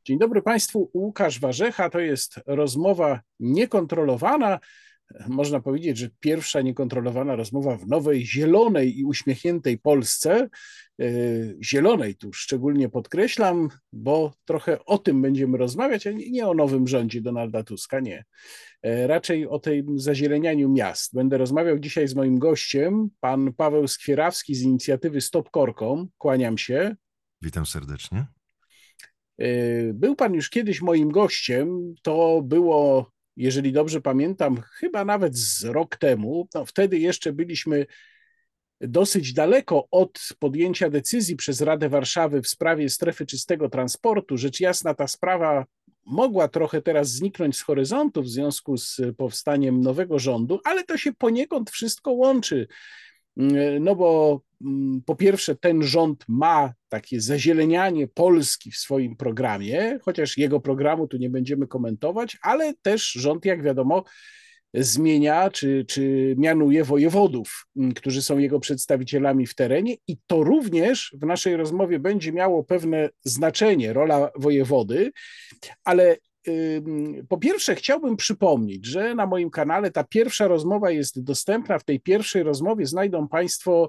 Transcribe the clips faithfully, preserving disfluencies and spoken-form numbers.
Dzień dobry Państwu, Łukasz Warzecha. To jest rozmowa niekontrolowana. Można powiedzieć, że pierwsza niekontrolowana rozmowa w nowej, zielonej i uśmiechniętej Polsce. Zielonej tu szczególnie podkreślam, bo trochę o tym będziemy rozmawiać, a nie o nowym rządzie Donalda Tuska, nie. Raczej o tym zazielenianiu miast. Będę rozmawiał dzisiaj z moim gościem, pan Paweł Skwierawski z inicjatywy Stop Korkom. Kłaniam się. Witam serdecznie. Był pan już kiedyś moim gościem, to było, jeżeli dobrze pamiętam, chyba nawet z rok temu. No, wtedy jeszcze byliśmy dosyć daleko od podjęcia decyzji przez Radę Warszawy w sprawie strefy czystego transportu. Rzecz jasna, ta sprawa mogła trochę teraz zniknąć z horyzontu w związku z powstaniem nowego rządu, ale to się poniekąd wszystko łączy. No bo po pierwsze ten rząd ma takie zazielenianie Polski w swoim programie, chociaż jego programu tu nie będziemy komentować, ale też rząd, jak wiadomo, zmienia czy, czy mianuje wojewodów, którzy są jego przedstawicielami w terenie i to również w naszej rozmowie będzie miało pewne znaczenie, rola wojewody, ale po pierwsze, chciałbym przypomnieć, że na moim kanale ta pierwsza rozmowa jest dostępna. W tej pierwszej rozmowie znajdą Państwo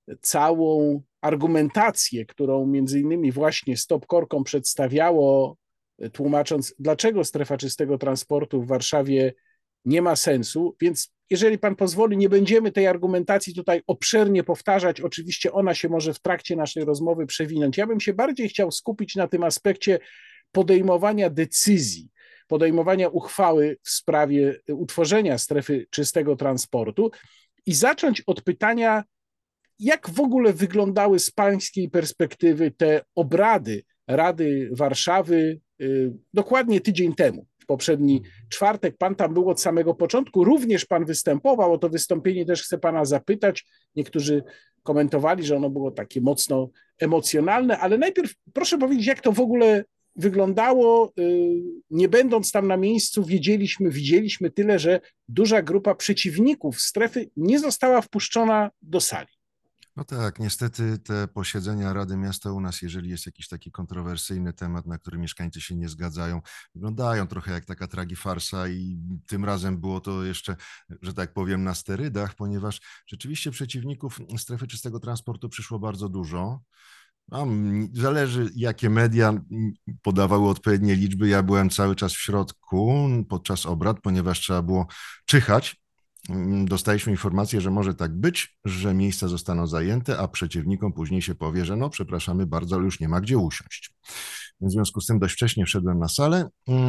całą argumentację, którą między innymi właśnie Stop Korkom przedstawiało, tłumacząc, dlaczego strefa czystego transportu w Warszawie nie ma sensu. Więc jeżeli Pan pozwoli, nie będziemy tej argumentacji tutaj obszernie powtarzać. Oczywiście ona się może w trakcie naszej rozmowy przewinąć. Ja bym się bardziej chciał skupić na tym aspekcie podejmowania decyzji, podejmowania uchwały w sprawie utworzenia strefy czystego transportu i zacząć od pytania, jak w ogóle wyglądały z pańskiej perspektywy te obrady Rady Warszawy dokładnie tydzień temu. W poprzedni czwartek pan tam był od samego początku, również pan występował, o to wystąpienie też chcę pana zapytać. Niektórzy komentowali, że ono było takie mocno emocjonalne, ale najpierw proszę powiedzieć, jak to w ogóle wyglądało. Nie będąc tam na miejscu, wiedzieliśmy, widzieliśmy tyle, że duża grupa przeciwników strefy nie została wpuszczona do sali. No tak, niestety te posiedzenia Rady Miasta u nas, jeżeli jest jakiś taki kontrowersyjny temat, na który mieszkańcy się nie zgadzają, wyglądają trochę jak taka tragifarsa i tym razem było to jeszcze, że tak powiem, na sterydach, ponieważ rzeczywiście przeciwników strefy czystego transportu przyszło bardzo dużo. No, zależy, jakie media podawały odpowiednie liczby. Ja byłem cały czas w środku podczas obrad, ponieważ trzeba było czyhać. Dostaliśmy informację, że może tak być, że miejsca zostaną zajęte, a przeciwnikom później się powie, że no przepraszamy bardzo, ale już nie ma gdzie usiąść. W związku z tym dość wcześnie wszedłem na salę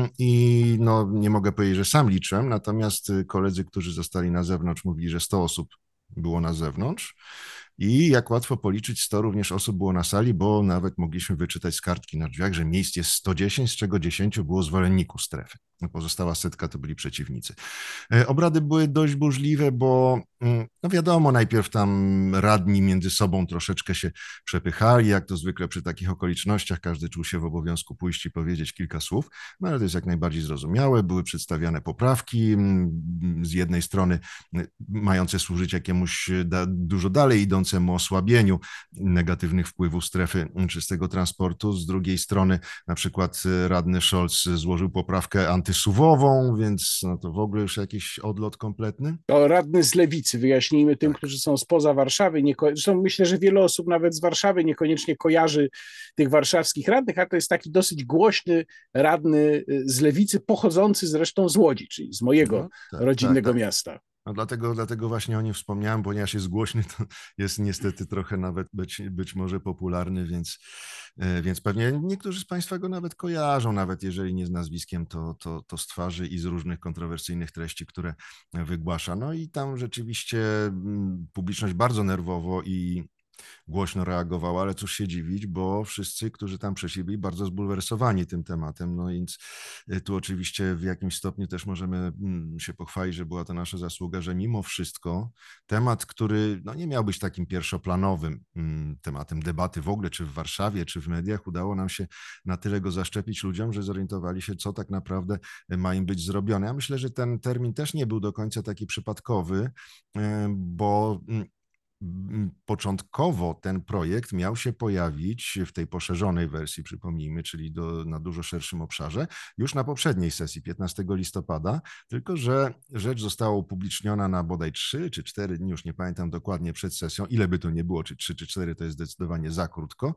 i no nie mogę powiedzieć, że sam liczyłem, natomiast koledzy, którzy zostali na zewnątrz, mówili, że sto osób było na zewnątrz. I jak łatwo policzyć, sto również osób było na sali, bo nawet mogliśmy wyczytać z kartki na drzwiach, że miejsc jest sto dziesięć, z czego dziesięć było zwolenników strefy. Pozostała setka to byli przeciwnicy. Obrady były dość burzliwe, bo no wiadomo, najpierw tam radni między sobą troszeczkę się przepychali, jak to zwykle przy takich okolicznościach, każdy czuł się w obowiązku pójść i powiedzieć kilka słów, no ale to jest jak najbardziej zrozumiałe, były przedstawiane poprawki, z jednej strony mające służyć jakiemuś dużo dalej idącemu osłabieniu negatywnych wpływów strefy czystego transportu, z drugiej strony na przykład radny Scholz złożył poprawkę antysuwową, więc no to w ogóle już jakiś odlot kompletny. To radny z Lewicy, wyjaśnijmy tym, Tak. którzy są spoza Warszawy. Nie, zresztą myślę, że wiele osób nawet z Warszawy niekoniecznie kojarzy tych warszawskich radnych, a to jest taki dosyć głośny radny z Lewicy, pochodzący zresztą z Łodzi, czyli z mojego No, tak, rodzinnego tak, tak. miasta. No dlatego, dlatego właśnie o nim wspomniałem, ponieważ jest głośny, to jest niestety trochę nawet być, być może popularny, więc, więc pewnie niektórzy z Państwa go nawet kojarzą, nawet jeżeli nie z nazwiskiem, to, to, to z twarzy i z różnych kontrowersyjnych treści, które wygłasza. No i tam rzeczywiście publiczność bardzo nerwowo i głośno reagowała, ale cóż się dziwić, bo wszyscy, którzy tam przyszli, byli bardzo zbulwersowani tym tematem. No więc tu oczywiście w jakimś stopniu też możemy się pochwalić, że była to nasza zasługa, że mimo wszystko temat, który no nie miał być takim pierwszoplanowym tematem debaty w ogóle, czy w Warszawie, czy w mediach, udało nam się na tyle go zaszczepić ludziom, że zorientowali się, co tak naprawdę ma im być zrobione. Ja myślę, że ten termin też nie był do końca taki przypadkowy, bo początkowo ten projekt miał się pojawić w tej poszerzonej wersji, przypomnijmy, czyli do, na dużo szerszym obszarze, już na poprzedniej sesji, piętnastego listopada, tylko że rzecz została upubliczniona na bodaj trzy czy cztery dni, już nie pamiętam dokładnie, przed sesją. Ile by to nie było, czy trzy czy cztery, to jest zdecydowanie za krótko.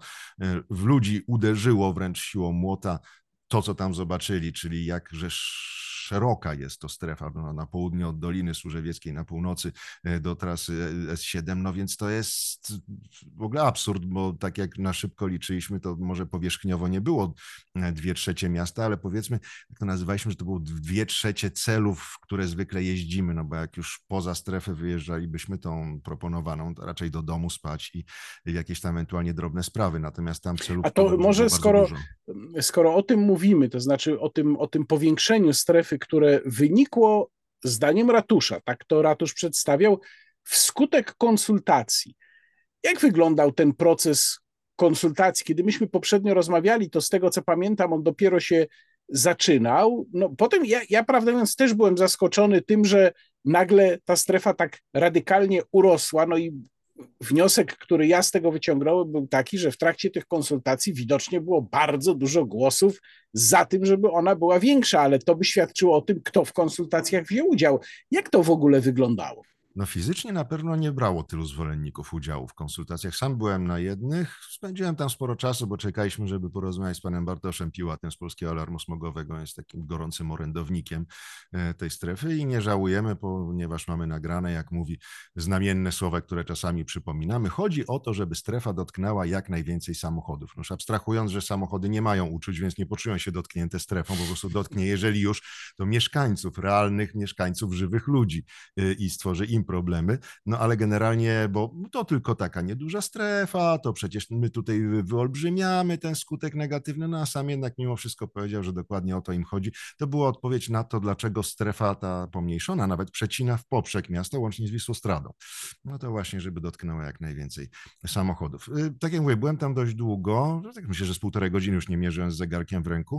W ludzi uderzyło wręcz siłą młota to, co tam zobaczyli, czyli jakże szeroka jest to strefa no, na południe od Doliny Służewieckiej, na północy do trasy S siedem, no więc to jest w ogóle absurd, bo tak jak na szybko liczyliśmy, to może powierzchniowo nie było dwie trzecie miasta, ale powiedzmy, jak to nazywaliśmy, że to było dwie trzecie celów, w które zwykle jeździmy, no bo jak już poza strefę wyjeżdżalibyśmy tą proponowaną, to raczej do domu spać i jakieś tam ewentualnie drobne sprawy, natomiast tam celów A to było może bardzo skoro, dużo. skoro o tym mówimy, to znaczy o tym, o tym powiększeniu strefy, które wynikło zdaniem ratusza, tak to ratusz przedstawiał, wskutek konsultacji. Jak wyglądał ten proces konsultacji? Kiedy myśmy poprzednio rozmawiali, to z tego co pamiętam, on dopiero się zaczynał. No, potem ja, ja prawdę mówiąc też byłem zaskoczony tym, że nagle ta strefa tak radykalnie urosła, no i wniosek, który ja z tego wyciągnąłem, był taki, że w trakcie tych konsultacji widocznie było bardzo dużo głosów za tym, żeby ona była większa, ale to by świadczyło o tym, kto w konsultacjach wziął udział. Jak to w ogóle wyglądało? No fizycznie na pewno nie brało tylu zwolenników udziału w konsultacjach. Sam byłem na jednych, spędziłem tam sporo czasu, bo czekaliśmy, żeby porozmawiać z panem Bartoszem Piłatem z Polskiego Alarmu Smogowego. On jest takim gorącym orędownikiem tej strefy i nie żałujemy, ponieważ mamy nagrane, jak mówi, znamienne słowa, które czasami przypominamy. Chodzi o to, żeby strefa dotknęła jak najwięcej samochodów. No już abstrahując, że samochody nie mają uczuć, więc nie poczują się dotknięte strefą, po prostu dotknie, jeżeli już, to mieszkańców, realnych mieszkańców, żywych ludzi i stworzy im problemy, no ale generalnie, bo to tylko taka nieduża strefa, to przecież my tutaj wyolbrzymiamy ten skutek negatywny, no a sam jednak mimo wszystko powiedział, że dokładnie o to im chodzi. To była odpowiedź na to, dlaczego strefa ta pomniejszona nawet przecina w poprzek miasta, łącznie z Wisłostradą. No to właśnie, żeby dotknęła jak najwięcej samochodów. Tak jak mówię, byłem tam dość długo, tak myślę, że z półtorej godziny już nie mierzyłem z zegarkiem w ręku.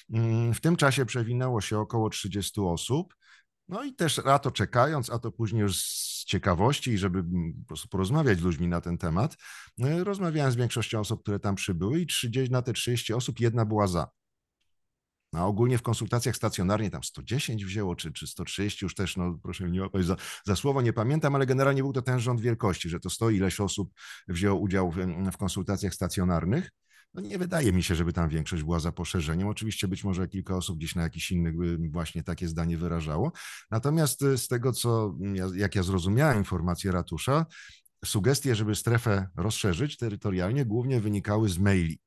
W tym czasie przewinęło się około trzydziestu osób. No i też a to czekając, a to później już z ciekawości i żeby po prostu porozmawiać z ludźmi na ten temat, rozmawiałem z większością osób, które tam przybyły i trzydzieści, na te trzydzieści osób jedna była za. A ogólnie w konsultacjach stacjonarnie tam sto dziesięć wzięło, czy, czy sto trzydzieści, już też, no proszę mnie nie łapać za, za słowo, nie pamiętam, ale generalnie był to ten rząd wielkości, że to sto ileś osób wzięło udział w, w konsultacjach stacjonarnych. No nie wydaje mi się, żeby tam większość była za poszerzeniem. Oczywiście być może kilka osób gdzieś na jakiś inny właśnie takie zdanie wyrażało. Natomiast z tego, co ja, jak ja zrozumiałem informację ratusza, sugestie, żeby strefę rozszerzyć terytorialnie, głównie wynikały z maili.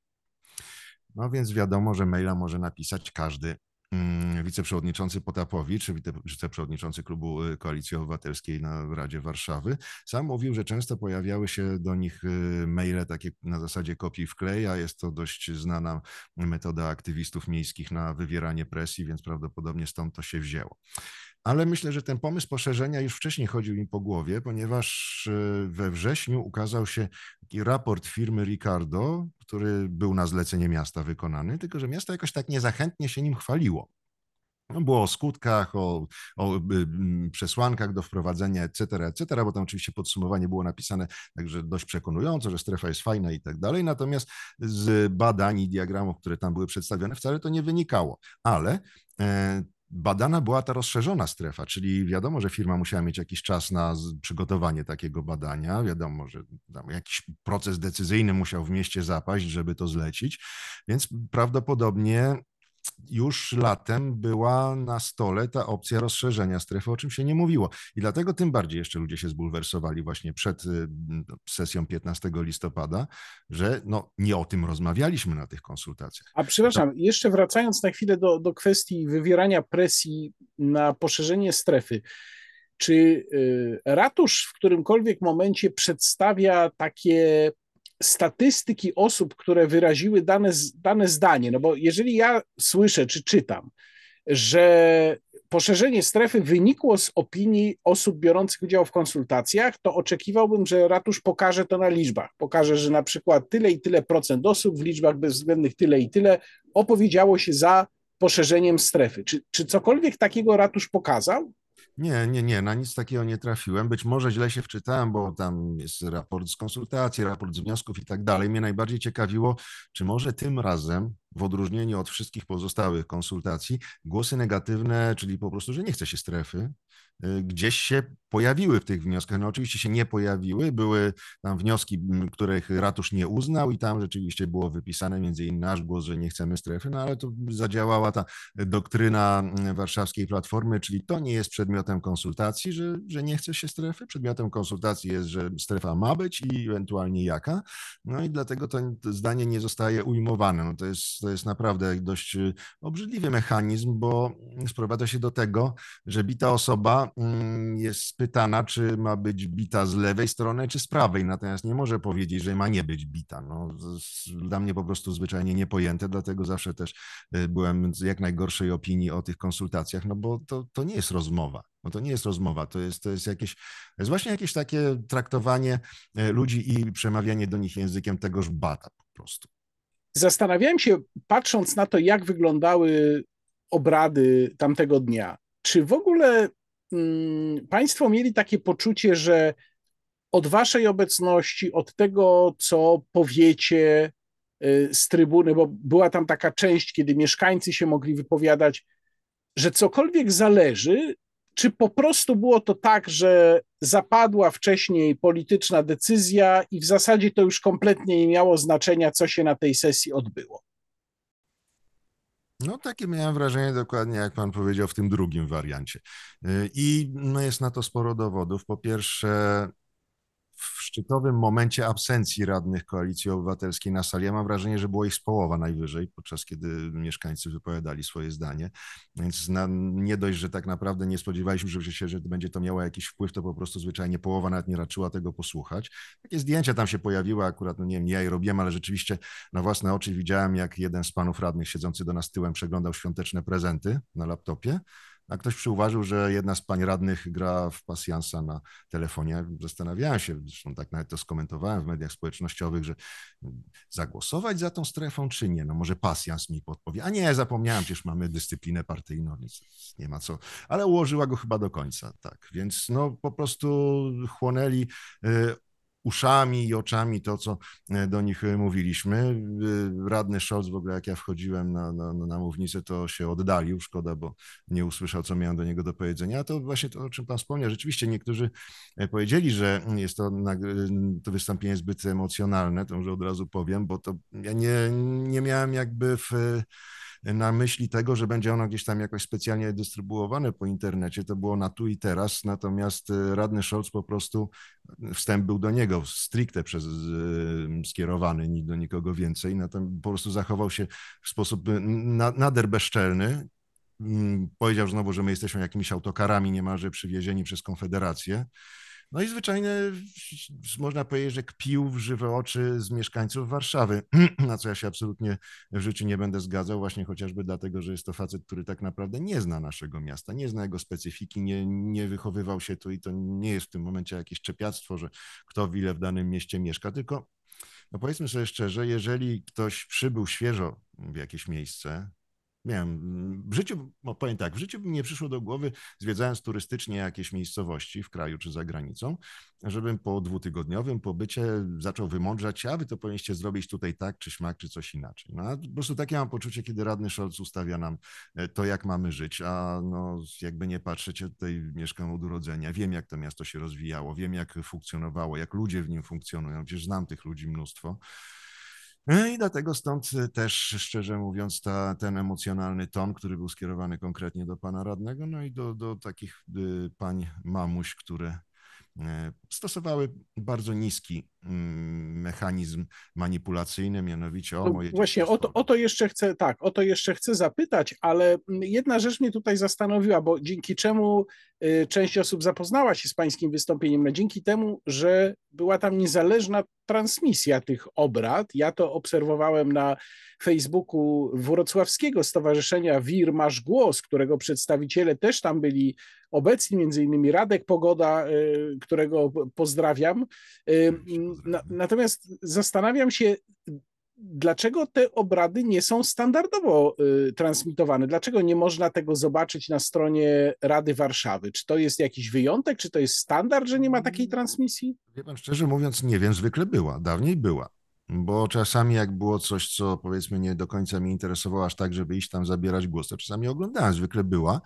No więc wiadomo, że maila może napisać każdy wiceprzewodniczący Potapowicz, wiceprzewodniczący Klubu Koalicji Obywatelskiej na Radzie Warszawy, sam mówił, że często pojawiały się do nich maile takie na zasadzie kopii wklej, a jest to dość znana metoda aktywistów miejskich na wywieranie presji, więc prawdopodobnie stąd to się wzięło. Ale myślę, że ten pomysł poszerzenia już wcześniej chodził mi po głowie, ponieważ we wrześniu ukazał się taki raport firmy Ricardo, który był na zlecenie miasta wykonany, tylko że miasto jakoś tak niezachętnie się nim chwaliło. No było o skutkach, o, o y, y, przesłankach do wprowadzenia, et cetera, et cetera, bo tam oczywiście podsumowanie było napisane także dość przekonująco, że strefa jest fajna i tak dalej, natomiast z badań i diagramów, które tam były przedstawione, wcale to nie wynikało, ale e, badana była ta rozszerzona strefa, czyli wiadomo, że firma musiała mieć jakiś czas na przygotowanie takiego badania, wiadomo, że tam jakiś proces decyzyjny musiał w mieście zapaść, żeby to zlecić, więc prawdopodobnie już latem była na stole ta opcja rozszerzenia strefy, o czym się nie mówiło. I dlatego tym bardziej jeszcze ludzie się zbulwersowali właśnie przed sesją piętnastego listopada, że no, nie o tym rozmawialiśmy na tych konsultacjach. A przepraszam, jeszcze wracając na chwilę do, do kwestii wywierania presji na poszerzenie strefy. Czy ratusz w którymkolwiek momencie przedstawia takie statystyki osób, które wyraziły dane, dane zdanie? No bo jeżeli ja słyszę czy czytam, że poszerzenie strefy wynikło z opinii osób biorących udział w konsultacjach, to oczekiwałbym, że ratusz pokaże to na liczbach. Pokaże, że na przykład tyle i tyle procent osób w liczbach bezwzględnych tyle i tyle opowiedziało się za poszerzeniem strefy. Czy, czy cokolwiek takiego ratusz pokazał? Nie, nie, nie, na nic takiego nie trafiłem. Być może źle się wczytałem, bo tam jest raport z konsultacji, raport z wniosków i tak dalej. Mnie najbardziej ciekawiło, czy może tym razem, w odróżnieniu od wszystkich pozostałych konsultacji, głosy negatywne, czyli po prostu, że nie chce się strefy, y, gdzieś się pojawiły w tych wnioskach. No oczywiście się nie pojawiły, były tam wnioski, których ratusz nie uznał i tam rzeczywiście było wypisane między innymi nasz głos, że nie chcemy strefy, no ale to zadziałała ta doktryna warszawskiej Platformy, czyli to nie jest przedmiotem konsultacji, że, że nie chce się strefy. Przedmiotem konsultacji jest, że strefa ma być i ewentualnie jaka. No i dlatego to zdanie nie zostaje ujmowane. No to jest, to jest naprawdę dość obrzydliwy mechanizm, bo sprowadza się do tego, że bita osoba jest pytana, czy ma być bita z lewej strony, czy z prawej, natomiast nie może powiedzieć, że ma nie być bita. No, dla mnie po prostu zwyczajnie niepojęte, dlatego zawsze też byłem z jak najgorszej opinii o tych konsultacjach, no bo to, to nie jest rozmowa. No to nie jest rozmowa, to jest, to jest jakieś, to jest właśnie jakieś takie traktowanie ludzi i przemawianie do nich językiem tegoż bata po prostu. Zastanawiałem się, patrząc na to, jak wyglądały obrady tamtego dnia, czy w ogóle mm, Państwo mieli takie poczucie, że od Waszej obecności, od tego, co powiecie y, z trybuny, bo była tam taka część, kiedy mieszkańcy się mogli wypowiadać, że cokolwiek zależy, czy po prostu było to tak, że zapadła wcześniej polityczna decyzja i w zasadzie to już kompletnie nie miało znaczenia, co się na tej sesji odbyło? No takie miałem wrażenie dokładnie, jak pan powiedział, w tym drugim wariancie. I no, jest na to sporo dowodów. Po pierwsze, w szczytowym momencie absencji radnych Koalicji Obywatelskiej na sali, ja mam wrażenie, że było ich z połowa najwyżej, podczas kiedy mieszkańcy wypowiadali swoje zdanie, więc na, nie dość, że tak naprawdę nie spodziewaliśmy się, że będzie to miało jakiś wpływ, to po prostu zwyczajnie połowa nawet nie raczyła tego posłuchać. Takie zdjęcia tam się pojawiły, akurat, no nie wiem, ja je robiłem, ale rzeczywiście na własne oczy widziałem, jak jeden z panów radnych siedzący do nas tyłem przeglądał świąteczne prezenty na laptopie. A ktoś przyuważył, że jedna z pań radnych gra w pasjansa na telefonie. Zastanawiałem się, zresztą tak nawet to skomentowałem w mediach społecznościowych, że zagłosować za tą strefą, czy nie? No może pasjans mi podpowie. A nie, zapomniałem, przecież mamy dyscyplinę partyjną, więc nie ma co. Ale ułożyła go chyba do końca, tak. Więc no po prostu chłonęli uszami i oczami to, co do nich mówiliśmy. Radny Scholz, w ogóle jak ja wchodziłem na, na, na mównicę, to się oddalił, szkoda, bo nie usłyszał, co miałem do niego do powiedzenia. A to właśnie to, o czym pan wspomniał. Rzeczywiście niektórzy powiedzieli, że jest to, to wystąpienie zbyt emocjonalne, to może od razu powiem, bo to ja nie, nie miałem jakby w na myśli tego, że będzie ono gdzieś tam jakoś specjalnie dystrybuowane po internecie. To było na tu i teraz, natomiast radny Scholz po prostu, wstęp był do niego stricte przez, skierowany, nikt do nikogo więcej, natomiast po prostu zachował się w sposób nader bezczelny. Powiedział znowu, że my jesteśmy jakimiś autokarami niemalże przywiezieni przez Konfederację. No i zwyczajnie można powiedzieć, że kpił w żywe oczy z mieszkańców Warszawy, na co ja się absolutnie w życiu nie będę zgadzał, właśnie chociażby dlatego, że jest to facet, który tak naprawdę nie zna naszego miasta, nie zna jego specyfiki, nie, nie wychowywał się tu i to nie jest w tym momencie jakieś czepiactwo, że kto w ile w danym mieście mieszka, tylko no powiedzmy sobie szczerze, jeżeli ktoś przybył świeżo w jakieś miejsce, miałem w życiu, no powiem tak, w życiu mi nie przyszło do głowy, zwiedzając turystycznie jakieś miejscowości w kraju czy za granicą, żebym po dwutygodniowym pobycie zaczął wymądrzać się, a wy to powinniście zrobić tutaj tak, czy śmak, czy coś inaczej. No, a po prostu takie mam poczucie, kiedy radny Scholz ustawia nam to, jak mamy żyć, a no jakby nie patrzeć, ja tutaj mieszkam od urodzenia, wiem, jak to miasto się rozwijało, wiem, jak funkcjonowało, jak ludzie w nim funkcjonują, przecież znam tych ludzi mnóstwo. I dlatego stąd też, szczerze mówiąc, ta, ten emocjonalny ton, który był skierowany konkretnie do pana radnego, no i do, do takich y, pań mamuś, które stosowały bardzo niski mechanizm manipulacyjny, mianowicie o No moje właśnie, dziecko o to, o to jeszcze chcę, tak, o to jeszcze chcę zapytać, ale jedna rzecz mnie tutaj zastanowiła, bo dzięki czemu y, część osób zapoznała się z pańskim wystąpieniem, no dzięki temu, że była tam niezależna transmisja tych obrad. Ja to obserwowałem na Facebooku Wrocławskiego Stowarzyszenia Wir Masz Głos, którego przedstawiciele też tam byli obecni, między innymi Radek Pogoda, y, którego pozdrawiam. Y, na, natomiast zastanawiam się, dlaczego te obrady nie są standardowo y, transmitowane? Dlaczego nie można tego zobaczyć na stronie Rady Warszawy? Czy to jest jakiś wyjątek, czy to jest standard, że nie ma takiej transmisji? Wie pan, szczerze mówiąc, nie wiem, zwykle była, dawniej była. Bo czasami jak było coś, co powiedzmy nie do końca mnie interesowało aż tak, żeby iść tam zabierać głos, to czasami oglądałem, zwykle była.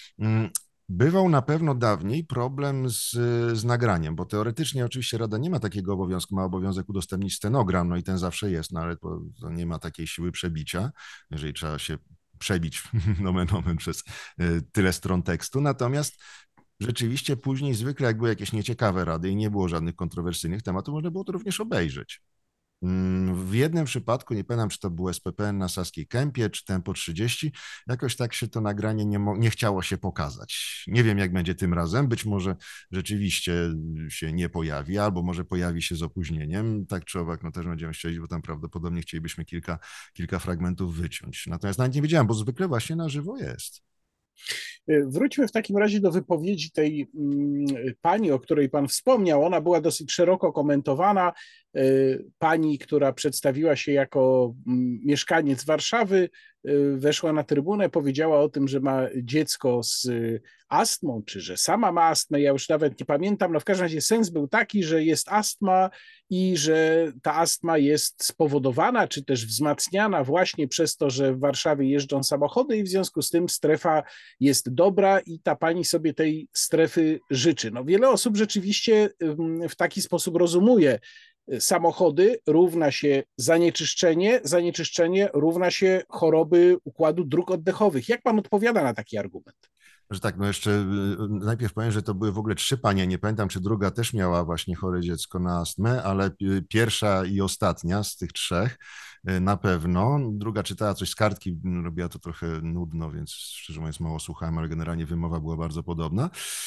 Bywał na pewno dawniej problem z, z nagraniem, bo teoretycznie oczywiście Rada nie ma takiego obowiązku, ma obowiązek udostępnić stenogram, no i ten zawsze jest, no ale to, to nie ma takiej siły przebicia, jeżeli trzeba się przebić nomen omen przez tyle stron tekstu. Natomiast rzeczywiście później zwykle jak były jakieś nieciekawe rady i nie było żadnych kontrowersyjnych tematów, można było to również obejrzeć. W jednym przypadku, nie pamiętam, czy to był S P P N na Saskiej Kępie, czy Tempo trzydzieści, jakoś tak się to nagranie nie, nie chciało się pokazać. Nie wiem, jak będzie tym razem, być może rzeczywiście się nie pojawi, albo może pojawi się z opóźnieniem. Tak czy owak, no też będziemy śledzić, bo tam prawdopodobnie chcielibyśmy kilka, kilka fragmentów wyciąć. Natomiast nawet nie wiedziałem, bo zwykle właśnie na żywo jest. Wróćmy w takim razie do wypowiedzi tej pani, o której pan wspomniał. Ona była dosyć szeroko komentowana. Pani, która przedstawiła się jako mieszkaniec Warszawy, weszła na trybunę, powiedziała o tym, że ma dziecko z astmą, czy że sama ma astmę, ja już nawet nie pamiętam, no w każdym razie sens był taki, że jest astma i że ta astma jest spowodowana, czy też wzmacniana właśnie przez to, że w Warszawie jeżdżą samochody i w związku z tym strefa jest dobra i ta pani sobie tej strefy życzy. No wiele osób rzeczywiście w taki sposób rozumuje. Samochody równa się zanieczyszczenie, zanieczyszczenie równa się choroby układu dróg oddechowych. Jak pan odpowiada na taki argument? Że tak, no jeszcze najpierw powiem, że to były w ogóle trzy panie, nie pamiętam, czy druga też miała właśnie chore dziecko na astmę, ale pierwsza i ostatnia z tych trzech na pewno. Druga czytała coś z kartki, robiła to trochę nudno, więc szczerze mówiąc mało słuchałem, ale generalnie wymowa była bardzo podobna.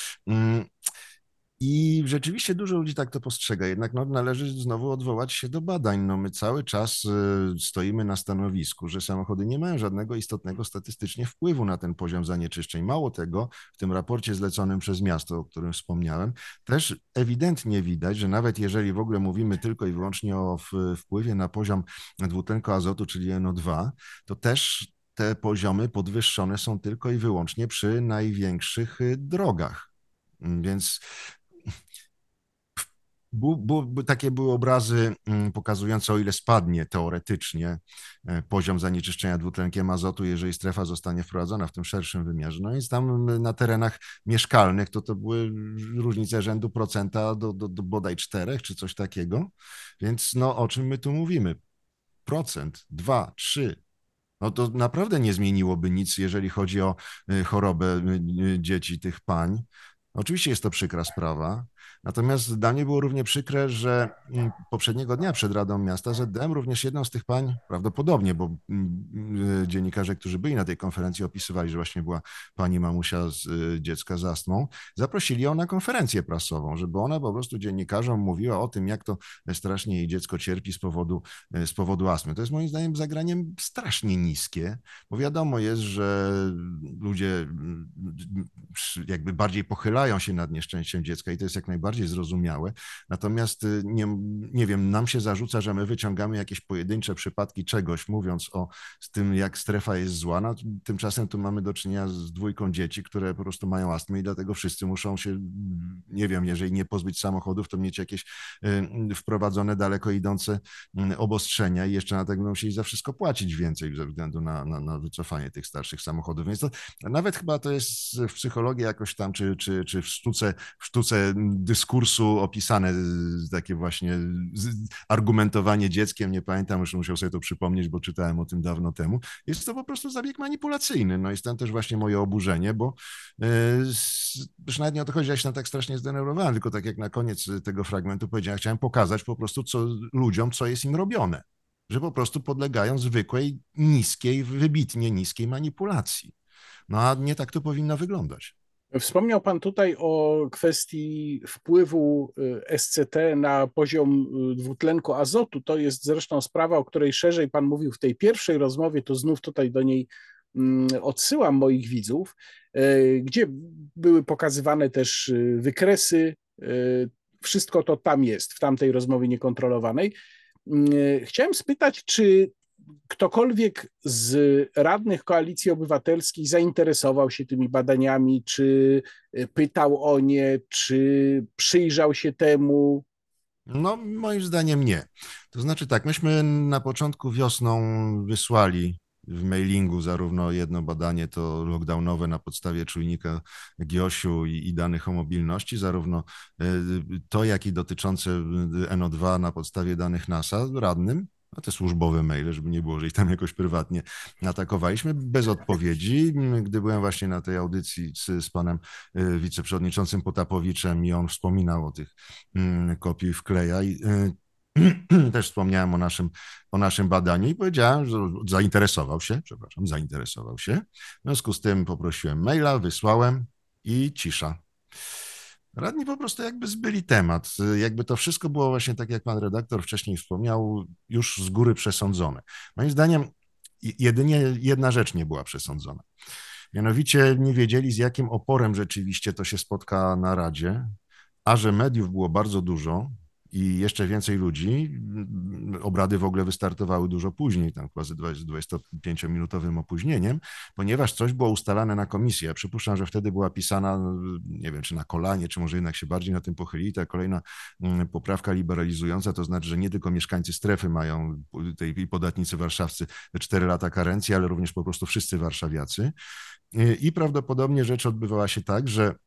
I rzeczywiście dużo ludzi tak to postrzega, jednak no, należy znowu odwołać się do badań. No, my cały czas y, stoimy na stanowisku, że samochody nie mają żadnego istotnego statystycznie wpływu na ten poziom zanieczyszczeń. Mało tego, w tym raporcie zleconym przez miasto, o którym wspomniałem, też ewidentnie widać, że nawet jeżeli w ogóle mówimy tylko i wyłącznie o w, wpływie na poziom dwutlenku azotu, czyli N O dwa, to też te poziomy podwyższone są tylko i wyłącznie przy największych drogach. Więc Bu, bu, bu, takie były obrazy pokazujące, o ile spadnie teoretycznie poziom zanieczyszczenia dwutlenkiem azotu, jeżeli strefa zostanie wprowadzona w tym szerszym wymiarze. No więc tam na terenach mieszkalnych to to były różnice rzędu procenta do, do, do bodaj czterech czy coś takiego. Więc no o czym my tu mówimy? Procent, dwa, trzy. No to naprawdę nie zmieniłoby nic, jeżeli chodzi o chorobę dzieci tych pań. Oczywiście jest to przykra sprawa, natomiast dla mnie było równie przykre, że poprzedniego dnia przed Radą Miasta Z D M również jedną z tych pań, prawdopodobnie, bo dziennikarze, którzy byli na tej konferencji, opisywali, że właśnie była pani mamusia z dziecka z astmą, zaprosili ją na konferencję prasową, żeby ona po prostu dziennikarzom mówiła o tym, jak to strasznie jej dziecko cierpi z powodu, z powodu astmy. To jest moim zdaniem zagraniem strasznie niskie, bo wiadomo jest, że ludzie jakby bardziej pochylają się nad nieszczęściem dziecka i to jest jak najbardziej zrozumiałe. Natomiast nie, nie wiem, nam się zarzuca, że my wyciągamy jakieś pojedyncze przypadki czegoś, mówiąc o z tym, jak strefa jest zła. No, tymczasem tu mamy do czynienia z dwójką dzieci, które po prostu mają astmę i dlatego wszyscy muszą się, nie wiem, jeżeli nie pozbyć samochodów, to mieć jakieś wprowadzone daleko idące obostrzenia i jeszcze na tego będą musieli za wszystko płacić więcej ze względu na, na, na wycofanie tych starszych samochodów. Więc to nawet chyba to jest w psychologii jakoś tam, czy, czy, czy w sztuce, w sztuce dyskursu opisane takie właśnie argumentowanie dzieckiem, nie pamiętam, już musiał sobie to przypomnieć, bo czytałem o tym dawno temu. Jest to po prostu zabieg manipulacyjny. No i stąd też właśnie moje oburzenie, bo yy, już nawet nie o to chodzi, że ja się na tak strasznie zdenerwowałem, tylko tak jak na koniec tego fragmentu powiedziałem, chciałem pokazać po prostu co, ludziom, co jest im robione. Że po prostu podlegają zwykłej, niskiej, wybitnie niskiej manipulacji. No a nie tak to powinno wyglądać. Wspomniał pan tutaj o kwestii wpływu S C T na poziom dwutlenku azotu. To jest zresztą sprawa, o której szerzej pan mówił w tej pierwszej rozmowie, to znów tutaj do niej odsyłam moich widzów, gdzie były pokazywane też wykresy. Wszystko to tam jest, w tamtej rozmowie niekontrolowanej. Chciałem spytać, czy ktokolwiek z radnych Koalicji Obywatelskiej zainteresował się tymi badaniami, czy pytał o nie, czy przyjrzał się temu? No, moim zdaniem nie. To znaczy tak, myśmy na początku wiosną wysłali w mailingu zarówno jedno badanie to lockdownowe na podstawie czujnika Giosiu i, i danych o mobilności, zarówno to, jak i dotyczące N O dwa na podstawie danych NASA radnym, a te służbowe maile, żeby nie było, że ich tam jakoś prywatnie atakowaliśmy, bez odpowiedzi. Gdy byłem właśnie na tej audycji z, z panem wiceprzewodniczącym Potapowiczem i on wspominał o tych kopiuj wklejaj, i też wspomniałem o naszym, o naszym badaniu i powiedziałem, że zainteresował się, przepraszam, zainteresował się. W związku z tym poprosiłem maila, wysłałem i cisza. Radni po prostu jakby zbyli temat. Jakby to wszystko było właśnie tak, jak pan redaktor wcześniej wspomniał, już z góry przesądzone. Moim zdaniem jedynie jedna rzecz nie była przesądzona. Mianowicie nie wiedzieli, z jakim oporem rzeczywiście to się spotka na Radzie, a że mediów było bardzo dużo i jeszcze więcej ludzi, obrady w ogóle wystartowały dużo później, tam chyba z dwudziestopięciominutowym opóźnieniem, ponieważ coś było ustalane na komisji. Ja przypuszczam, że wtedy była pisana, nie wiem, czy na kolanie, czy może jednak się bardziej na tym pochylili, ta kolejna poprawka liberalizująca, to znaczy, że nie tylko mieszkańcy strefy mają, tej podatnicy warszawscy, te cztery lata karencji, ale również po prostu wszyscy warszawiacy. I prawdopodobnie rzecz odbywała się tak, że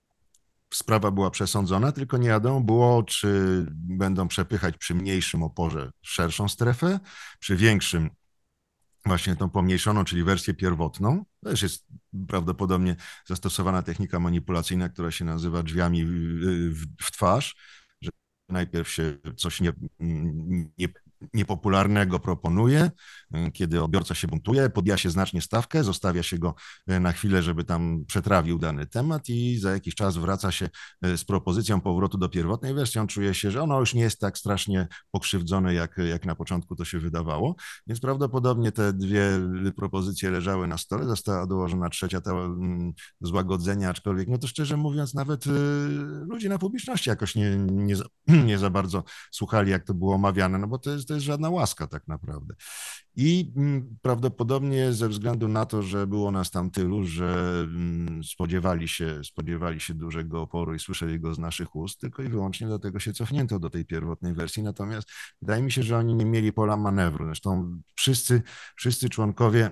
sprawa była przesądzona, tylko nie wiadomo było, czy będą przepychać przy mniejszym oporze szerszą strefę, przy większym właśnie tą pomniejszoną, czyli wersję pierwotną. To też jest prawdopodobnie zastosowana technika manipulacyjna, która się nazywa drzwiami w, w twarz, że najpierw się coś nie, nie niepopularnego proponuje, kiedy odbiorca się buntuje, podbija się znacznie stawkę, zostawia się go na chwilę, żeby tam przetrawił dany temat i za jakiś czas wraca się z propozycją powrotu do pierwotnej wersji. On czuje się, że ono już nie jest tak strasznie pokrzywdzone, jak, jak na początku to się wydawało, więc prawdopodobnie te dwie propozycje leżały na stole, została dołożona trzecia, ta złagodzenia, aczkolwiek, no to szczerze mówiąc, nawet ludzie na publiczności jakoś nie, nie, nie za bardzo słuchali, jak to było omawiane, no bo to jest to jest żadna łaska tak naprawdę. I prawdopodobnie ze względu na to, że było nas tam tylu, że spodziewali się, spodziewali się dużego oporu i słyszeli go z naszych ust, tylko i wyłącznie dlatego się cofnięto do tej pierwotnej wersji. Natomiast wydaje mi się, że oni nie mieli pola manewru. Zresztą wszyscy, wszyscy członkowie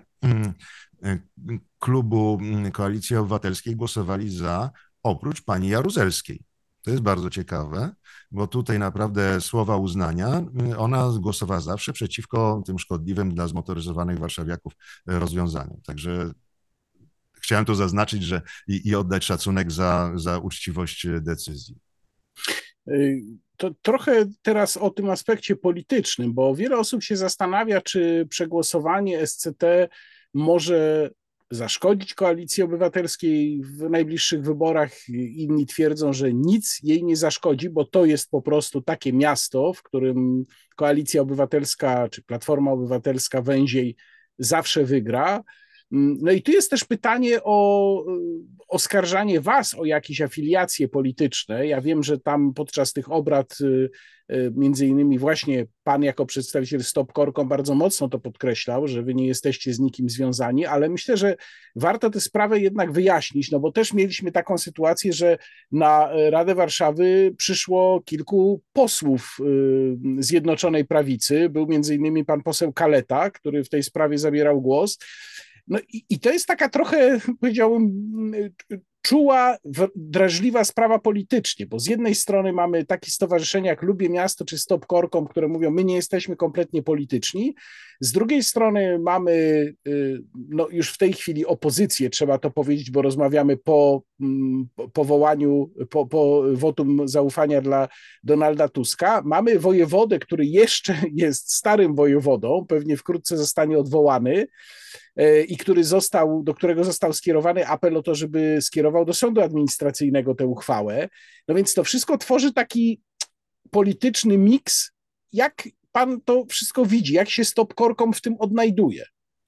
klubu Koalicji Obywatelskiej głosowali za, oprócz pani Jaruzelskiej. To jest bardzo ciekawe, bo tutaj naprawdę słowa uznania, ona głosowała zawsze przeciwko tym szkodliwym dla zmotoryzowanych warszawiaków rozwiązaniom. Także chciałem to zaznaczyć, że i, i oddać szacunek za, za uczciwość decyzji. To trochę teraz o tym aspekcie politycznym, bo wiele osób się zastanawia, czy przegłosowanie S C T może zaszkodzić Koalicji Obywatelskiej w najbliższych wyborach. Inni twierdzą, że nic jej nie zaszkodzi, bo to jest po prostu takie miasto, w którym Koalicja Obywatelska czy Platforma Obywatelska węziej zawsze wygra. No i tu jest też pytanie o oskarżanie was o jakieś afiliacje polityczne. Ja wiem, że tam podczas tych obrad między innymi właśnie pan jako przedstawiciel Stop Korkom bardzo mocno to podkreślał, że wy nie jesteście z nikim związani, ale myślę, że warto tę sprawę jednak wyjaśnić, no bo też mieliśmy taką sytuację, że na Radę Warszawy przyszło kilku posłów Zjednoczonej Prawicy. Był między innymi pan poseł Kaleta, który w tej sprawie zabierał głos. No i, i to jest taka trochę, powiedziałbym, czuła, drażliwa sprawa politycznie, bo z jednej strony mamy takie stowarzyszenia jak Lubię Miasto czy Stop Korkom, które mówią, my nie jesteśmy kompletnie polityczni, z drugiej strony mamy no już w tej chwili opozycję, trzeba to powiedzieć, bo rozmawiamy po powołaniu, po, po wotum zaufania dla Donalda Tuska, mamy wojewodę, który jeszcze jest starym wojewodą, pewnie wkrótce zostanie odwołany, i który został, do którego został skierowany apel o to, żeby skierował do sądu administracyjnego tę uchwałę. No więc to wszystko tworzy taki polityczny miks. Jak pan to wszystko widzi? Jak się Stop Korkom w tym odnajduje?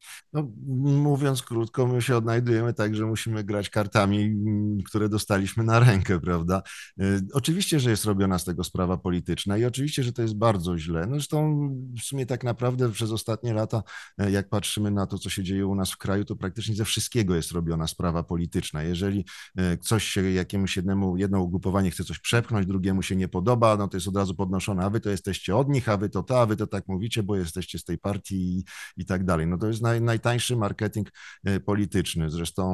No, mówiąc krótko, my się odnajdujemy tak, że musimy grać kartami, mm, które dostaliśmy na rękę, prawda? Y, Oczywiście, że jest robiona z tego sprawa polityczna i oczywiście, że to jest bardzo źle. No, zresztą w sumie tak naprawdę przez ostatnie lata, e, jak patrzymy na to, co się dzieje u nas w kraju, to praktycznie ze wszystkiego jest robiona sprawa polityczna. Jeżeli e, coś się jakiemuś jednemu, jedno ugrupowanie chce coś przepchnąć, drugiemu się nie podoba, no to jest od razu podnoszone, a wy to jesteście od nich, a wy to ta, a wy to tak mówicie, bo jesteście z tej partii i, i tak dalej. No to jest naj, najtańszy marketing e, polityczny. Zresztą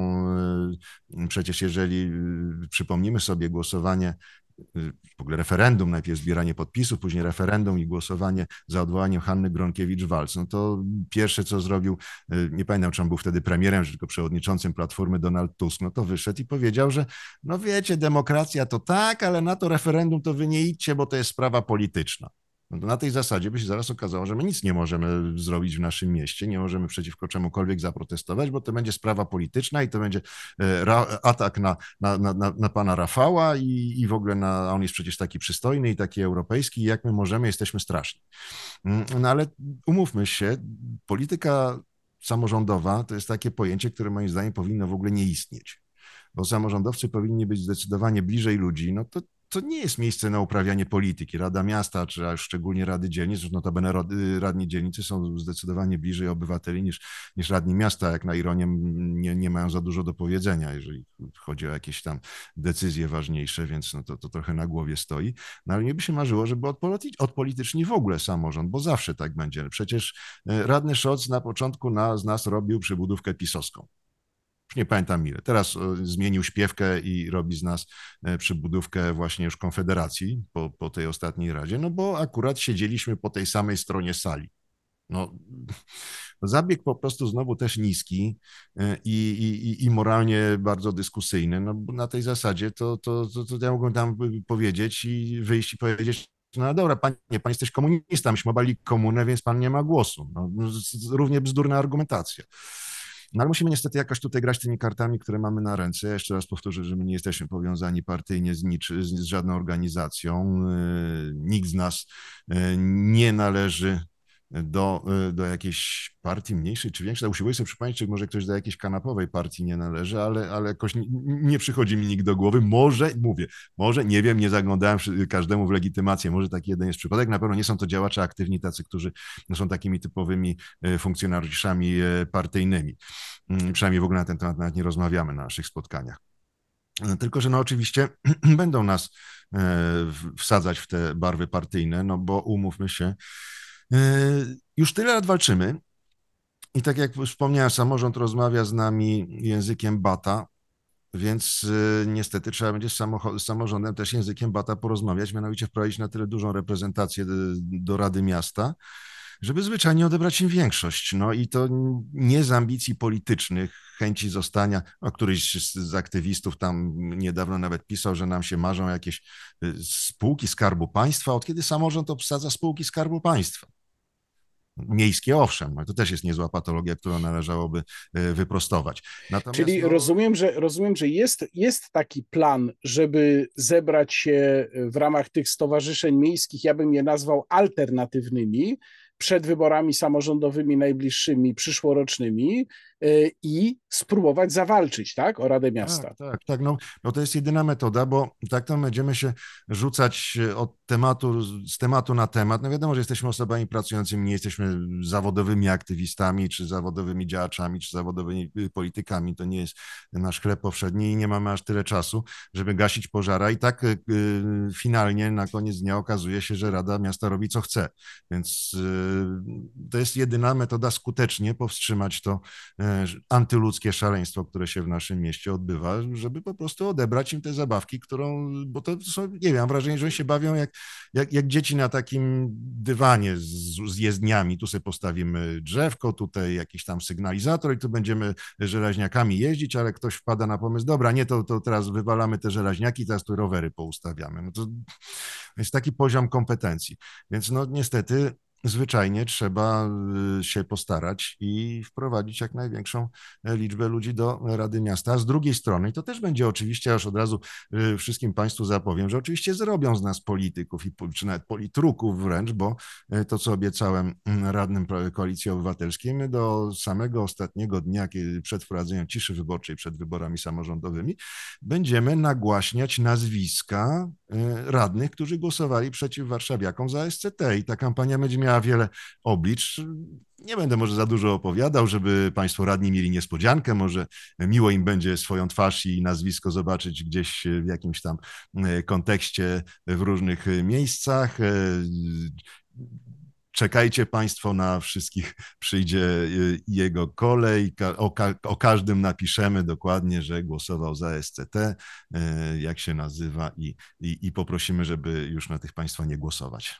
e, przecież jeżeli e, przypomnimy sobie głosowanie, w ogóle referendum, najpierw zbieranie podpisów, później referendum i głosowanie za odwołaniem Hanny Gronkiewicz-Waltz. No to pierwsze, co zrobił, nie pamiętam, czy on był wtedy premierem, czy tylko przewodniczącym Platformy Donald Tusk, no to wyszedł i powiedział, że no wiecie, demokracja to tak, ale na to referendum to wy nie idźcie, bo to jest sprawa polityczna. No to na tej zasadzie by się zaraz okazało, że my nic nie możemy zrobić w naszym mieście, nie możemy przeciwko czemukolwiek zaprotestować, bo to będzie sprawa polityczna i to będzie atak na, na, na, na pana Rafała i, i w ogóle na, on jest przecież taki przystojny i taki europejski, jak my możemy, jesteśmy straszni. No ale umówmy się, polityka samorządowa to jest takie pojęcie, które moim zdaniem powinno w ogóle nie istnieć, bo samorządowcy powinni być zdecydowanie bliżej ludzi, no to to nie jest miejsce na uprawianie polityki. Rada Miasta, czy szczególnie Rady Dzielnic, notabene radni dzielnicy są zdecydowanie bliżej obywateli niż, niż radni miasta, jak na ironię nie, nie mają za dużo do powiedzenia, jeżeli chodzi o jakieś tam decyzje ważniejsze, więc no to, to trochę na głowie stoi. No ale mnie by się marzyło, żeby odpolityczni w ogóle samorząd, bo zawsze tak będzie. Przecież radny Szoc na początku na, z nas robił przybudówkę pisowską. Już nie pamiętam ile. Teraz zmienił śpiewkę i robi z nas przybudówkę właśnie już Konfederacji po, po tej ostatniej radzie, no bo akurat siedzieliśmy po tej samej stronie sali. No, zabieg po prostu znowu też niski i, i, i moralnie bardzo dyskusyjny. No, bo na tej zasadzie to, to, to, to ja mógłbym tam powiedzieć i wyjść i powiedzieć, no dobra, panie, pan jesteś komunistą, myśmy obali komunę, więc pan nie ma głosu. No, równie bzdurna argumentacja. No ale musimy niestety jakoś tutaj grać tymi kartami, które mamy na ręce. Ja jeszcze raz powtórzę, że my nie jesteśmy powiązani partyjnie z, niczy, z, z żadną organizacją. Nikt z nas nie należy do, do jakiejś partii mniejszej czy większej. Usiłuję sobie przypomnieć, czy może ktoś do jakiejś kanapowej partii nie należy, ale, ale jakoś nie, nie przychodzi mi nikt do głowy. Może, mówię, może, nie wiem, nie zaglądałem każdemu w legitymację, może taki jeden jest przypadek. Na pewno nie są to działacze aktywni, tacy, którzy są takimi typowymi funkcjonariuszami partyjnymi. Przynajmniej w ogóle na ten temat nawet nie rozmawiamy na naszych spotkaniach. Tylko, że no oczywiście będą nas wsadzać w te barwy partyjne, no bo umówmy się, już tyle lat walczymy i tak jak wspomniałem, samorząd rozmawia z nami językiem bata, więc niestety trzeba będzie z, z samorządem też językiem bata porozmawiać, mianowicie wprowadzić na tyle dużą reprezentację do, do Rady Miasta, żeby zwyczajnie odebrać im większość. No i to nie z ambicji politycznych, chęci zostania, no któryś z aktywistów tam niedawno nawet pisał, że nam się marzą jakieś spółki Skarbu Państwa. Od kiedy samorząd obsadza spółki Skarbu Państwa? Miejskie, owszem, no to też jest niezła patologia, którą należałoby wyprostować. Natomiast, Czyli no... rozumiem, że, rozumiem, że jest, jest taki plan, żeby zebrać się w ramach tych stowarzyszeń miejskich, ja bym je nazwał alternatywnymi, przed wyborami samorządowymi najbliższymi, przyszłorocznymi i spróbować zawalczyć, tak, o Radę Miasta. Tak, tak, tak. No, no to jest jedyna metoda, bo tak to będziemy się rzucać od tematu, z tematu na temat. No wiadomo, że jesteśmy osobami pracującymi, nie jesteśmy zawodowymi aktywistami, czy zawodowymi działaczami, czy zawodowymi politykami. To nie jest nasz chleb powszedni i nie mamy aż tyle czasu, żeby gasić pożara. I tak y, finalnie na koniec dnia okazuje się, że Rada Miasta robi co chce. Więc y, to jest jedyna metoda skutecznie powstrzymać to y, antyludzkie szaleństwo, które się w naszym mieście odbywa, żeby po prostu odebrać im te zabawki, którą, bo to są, nie wiem, mam wrażenie, że oni się bawią jak, jak, jak dzieci na takim dywanie z, z jezdniami. Tu sobie postawimy drzewko, tutaj jakiś tam sygnalizator i tu będziemy żelaźniakami jeździć, ale ktoś wpada na pomysł, dobra, nie, to, to teraz wywalamy te żelaźniaki, teraz tu rowery poustawiamy. No to jest taki poziom kompetencji. Więc no niestety zwyczajnie trzeba y, się postarać i wprowadzić jak największą liczbę ludzi do Rady Miasta. A z drugiej strony, i to też będzie oczywiście, aż od razu y, wszystkim Państwu zapowiem, że oczywiście zrobią z nas polityków, i czy nawet politruków wręcz, bo y, to, co obiecałem mm, radnym Koalicji Obywatelskiej, my do samego ostatniego dnia, kiedy przed wprowadzeniem ciszy wyborczej, przed wyborami samorządowymi, będziemy nagłaśniać nazwiska y, radnych, którzy głosowali przeciw warszawiakom za S C T, i ta kampania będzie miała wiele oblicz. Nie będę może za dużo opowiadał, żeby Państwo radni mieli niespodziankę, może miło im będzie swoją twarz i nazwisko zobaczyć gdzieś w jakimś tam kontekście w różnych miejscach. Czekajcie Państwo, na wszystkich przyjdzie jego kolej. O, ka o każdym napiszemy dokładnie, że głosował za S C T, jak się nazywa, i, i, i poprosimy, żeby już na tych Państwa nie głosować.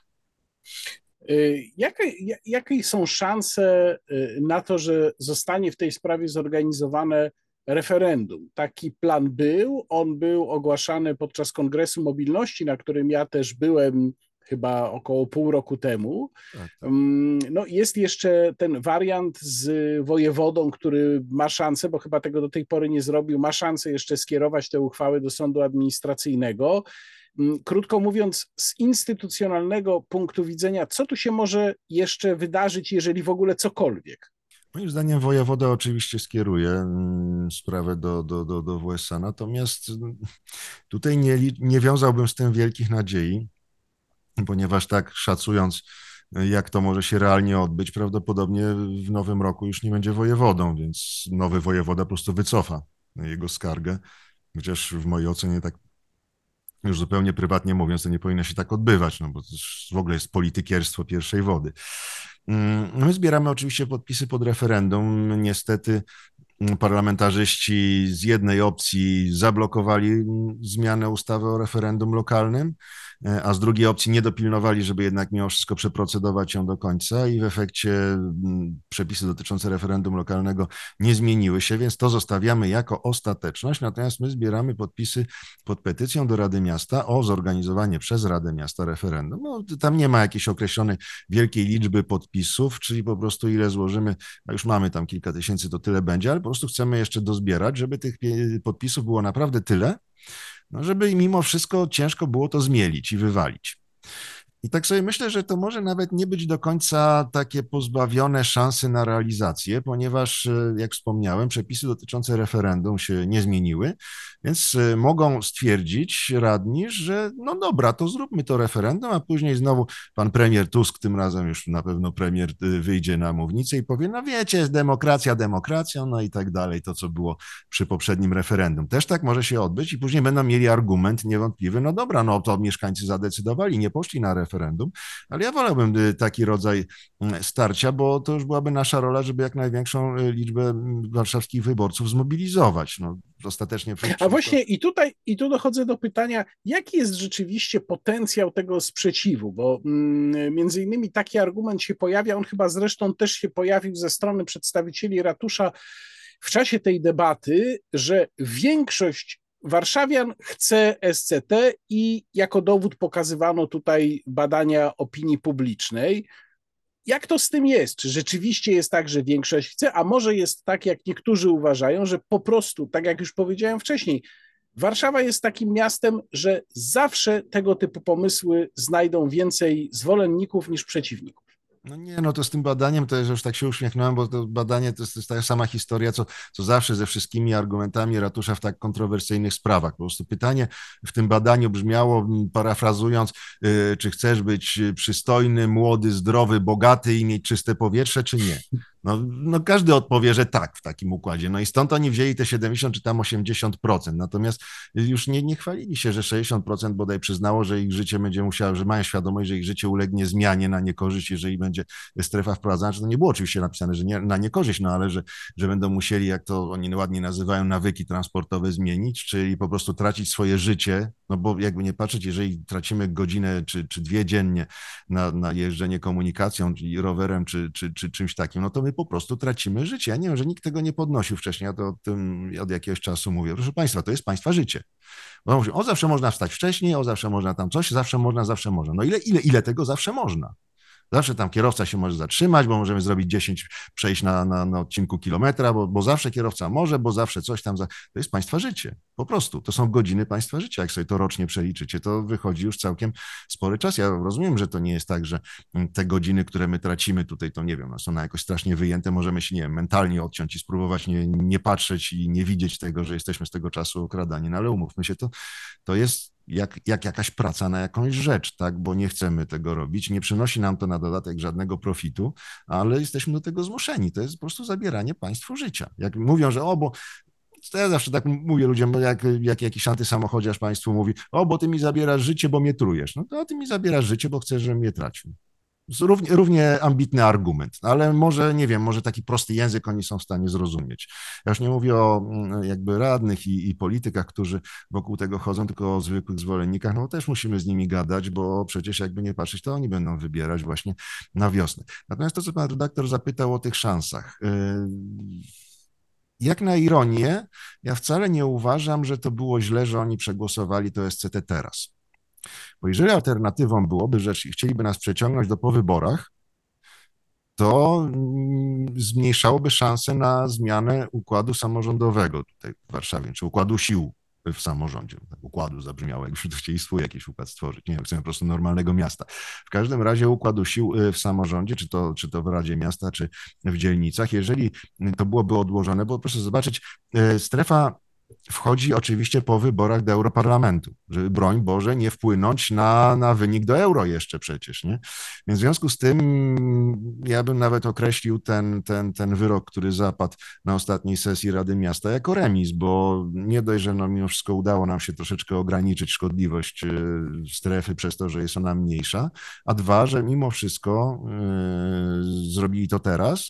Jakie, jakie są szanse na to, że zostanie w tej sprawie zorganizowane referendum? Taki plan był, on był ogłaszany podczas Kongresu Mobilności, na którym ja też byłem chyba około pół roku temu. Tak, tak. No, jest jeszcze ten wariant z wojewodą, który ma szansę, bo chyba tego do tej pory nie zrobił, ma szansę jeszcze skierować te uchwały do sądu administracyjnego. Krótko mówiąc, z instytucjonalnego punktu widzenia, co tu się może jeszcze wydarzyć, jeżeli w ogóle cokolwiek? Moim zdaniem wojewoda oczywiście skieruje sprawę do, do, do, do W S A, natomiast tutaj nie, nie wiązałbym z tym wielkich nadziei, ponieważ tak szacując, jak to może się realnie odbyć, prawdopodobnie w nowym roku już nie będzie wojewodą, więc nowy wojewoda po prostu wycofa jego skargę, chociaż w mojej ocenie tak już zupełnie prywatnie mówiąc, to nie powinno się tak odbywać, no bo to w ogóle jest politykierstwo pierwszej wody. My zbieramy oczywiście podpisy pod referendum. Niestety parlamentarzyści z jednej opcji zablokowali zmianę ustawy o referendum lokalnym, a z drugiej opcji nie dopilnowali, żeby jednak mimo wszystko przeprocedować ją do końca, i w efekcie przepisy dotyczące referendum lokalnego nie zmieniły się, więc to zostawiamy jako ostateczność, natomiast my zbieramy podpisy pod petycją do Rady Miasta o zorganizowanie przez Radę Miasta referendum. No, tam nie ma jakiejś określonej wielkiej liczby podpisów, czyli po prostu ile złożymy, a już mamy tam kilka tysięcy, to tyle będzie, ale po prostu chcemy jeszcze dozbierać, żeby tych podpisów było naprawdę tyle, no żeby mimo wszystko ciężko było to zmielić i wywalić. I tak sobie myślę, że to może nawet nie być do końca takie pozbawione szansy na realizację, ponieważ, jak wspomniałem, przepisy dotyczące referendum się nie zmieniły, więc mogą stwierdzić radni, że no dobra, to zróbmy to referendum, a później znowu pan premier Tusk, tym razem już na pewno premier wyjdzie na mównicę i powie, no wiecie, jest demokracja, demokracja, no i tak dalej, to co było przy poprzednim referendum. Też tak może się odbyć i później będą mieli argument niewątpliwy, no dobra, no to mieszkańcy zadecydowali, nie poszli na referendum, referendum, ale ja wolałbym taki rodzaj starcia, bo to już byłaby nasza rola, żeby jak największą liczbę warszawskich wyborców zmobilizować. No, ostatecznie A właśnie i tutaj, i tu dochodzę do pytania, jaki jest rzeczywiście potencjał tego sprzeciwu, bo mm, między innymi taki argument się pojawia, on chyba zresztą też się pojawił ze strony przedstawicieli ratusza w czasie tej debaty, że większość warszawian chce S C T i jako dowód pokazywano tutaj badania opinii publicznej. Jak to z tym jest? Czy rzeczywiście jest tak, że większość chce, a może jest tak, jak niektórzy uważają, że po prostu, tak jak już powiedziałem wcześniej, Warszawa jest takim miastem, że zawsze tego typu pomysły znajdą więcej zwolenników niż przeciwników? No nie, no to z tym badaniem to już tak się uśmiechnąłem, bo to badanie to jest, to jest taka sama historia, co, co zawsze ze wszystkimi argumentami ratusza w tak kontrowersyjnych sprawach. Po prostu pytanie w tym badaniu brzmiało, parafrazując, yy, czy chcesz być przystojny, młody, zdrowy, bogaty i mieć czyste powietrze, czy nie? No, no każdy odpowie, że tak w takim układzie. No i stąd oni wzięli te siedemdziesiąt czy tam osiemdziesiąt procent. Natomiast już nie, nie chwalili się, że sześćdziesiąt procent bodaj przyznało, że ich życie będzie musiało, że mają świadomość, że ich życie ulegnie zmianie na niekorzyść, jeżeli będzie strefa wprowadzana. To nie było oczywiście napisane, że nie, na niekorzyść, no ale że, że będą musieli, jak to oni ładnie nazywają, nawyki transportowe zmienić, czyli po prostu tracić swoje życie, no bo jakby nie patrzeć, jeżeli tracimy godzinę czy, czy dwie dziennie na, na jeżdżenie komunikacją, czyli rowerem, czy, czy, czy czymś takim, no to my po prostu tracimy życie. Ja nie wiem, że nikt tego nie podnosił wcześniej, ja to o tym od jakiegoś czasu mówię. Proszę Państwa, to jest Państwa życie. Bo mówią, o zawsze można wstać wcześniej, o zawsze można tam coś, zawsze można, zawsze można. No ile, ile, ile tego zawsze można? Zawsze tam kierowca się może zatrzymać, bo możemy zrobić dziesięć przejść na, na, na odcinku kilometra, bo, bo zawsze kierowca może, bo zawsze coś tam. Za... To jest państwa życie. Po prostu. To są godziny państwa życia. Jak sobie to rocznie przeliczycie, to wychodzi już całkiem spory czas. Ja rozumiem, że to nie jest tak, że te godziny, które my tracimy tutaj, to nie wiem, no, są na jakoś strasznie wyjęte. Możemy się, nie wiem, mentalnie odciąć i spróbować nie, nie patrzeć i nie widzieć tego, że jesteśmy z tego czasu okradani. No ale umówmy się, to, to jest jak, jak jakaś praca na jakąś rzecz, tak, bo nie chcemy tego robić, nie przynosi nam to na dodatek żadnego profitu, ale jesteśmy do tego zmuszeni, to jest po prostu zabieranie państwu życia. Jak mówią, że o, bo to ja zawsze tak mówię ludziom, jak, jak jakiś antysamochodziarz państwu mówi, o, bo ty mi zabierasz życie, bo mnie trujesz, no to ty mi zabierasz życie, bo chcesz, żebym je tracił. Równie, równie ambitny argument, ale może, nie wiem, może taki prosty język oni są w stanie zrozumieć. Ja już nie mówię o jakby radnych i, i politykach, którzy wokół tego chodzą, tylko o zwykłych zwolennikach, no też musimy z nimi gadać, bo przecież jakby nie patrzeć, to oni będą wybierać właśnie na wiosnę. Natomiast to, co pan redaktor zapytał o tych szansach. Jak na ironię, ja wcale nie uważam, że to było źle, że oni przegłosowali to S C T teraz. Bo jeżeli alternatywą byłoby, że chcieliby nas przeciągnąć do po wyborach, to zmniejszałoby szanse na zmianę układu samorządowego tutaj w Warszawie, czy układu sił w samorządzie. Układu zabrzmiało, jakbyśmy tu chcieli swój jakiś układ stworzyć. Nie wiem, chcemy po prostu normalnego miasta. W każdym razie układu sił w samorządzie, czy to, czy to w Radzie Miasta, czy w dzielnicach, jeżeli to byłoby odłożone, bo proszę zobaczyć, strefa wchodzi oczywiście po wyborach do Europarlamentu, żeby broń Boże nie wpłynąć na, na wynik do euro jeszcze przecież, nie? Więc w związku z tym ja bym nawet określił ten, ten, ten wyrok, który zapadł na ostatniej sesji Rady Miasta jako remis, bo nie dość, że no mimo wszystko udało nam się troszeczkę ograniczyć szkodliwość strefy przez to, że jest ona mniejsza, a dwa, że mimo wszystko yy, zrobili to teraz,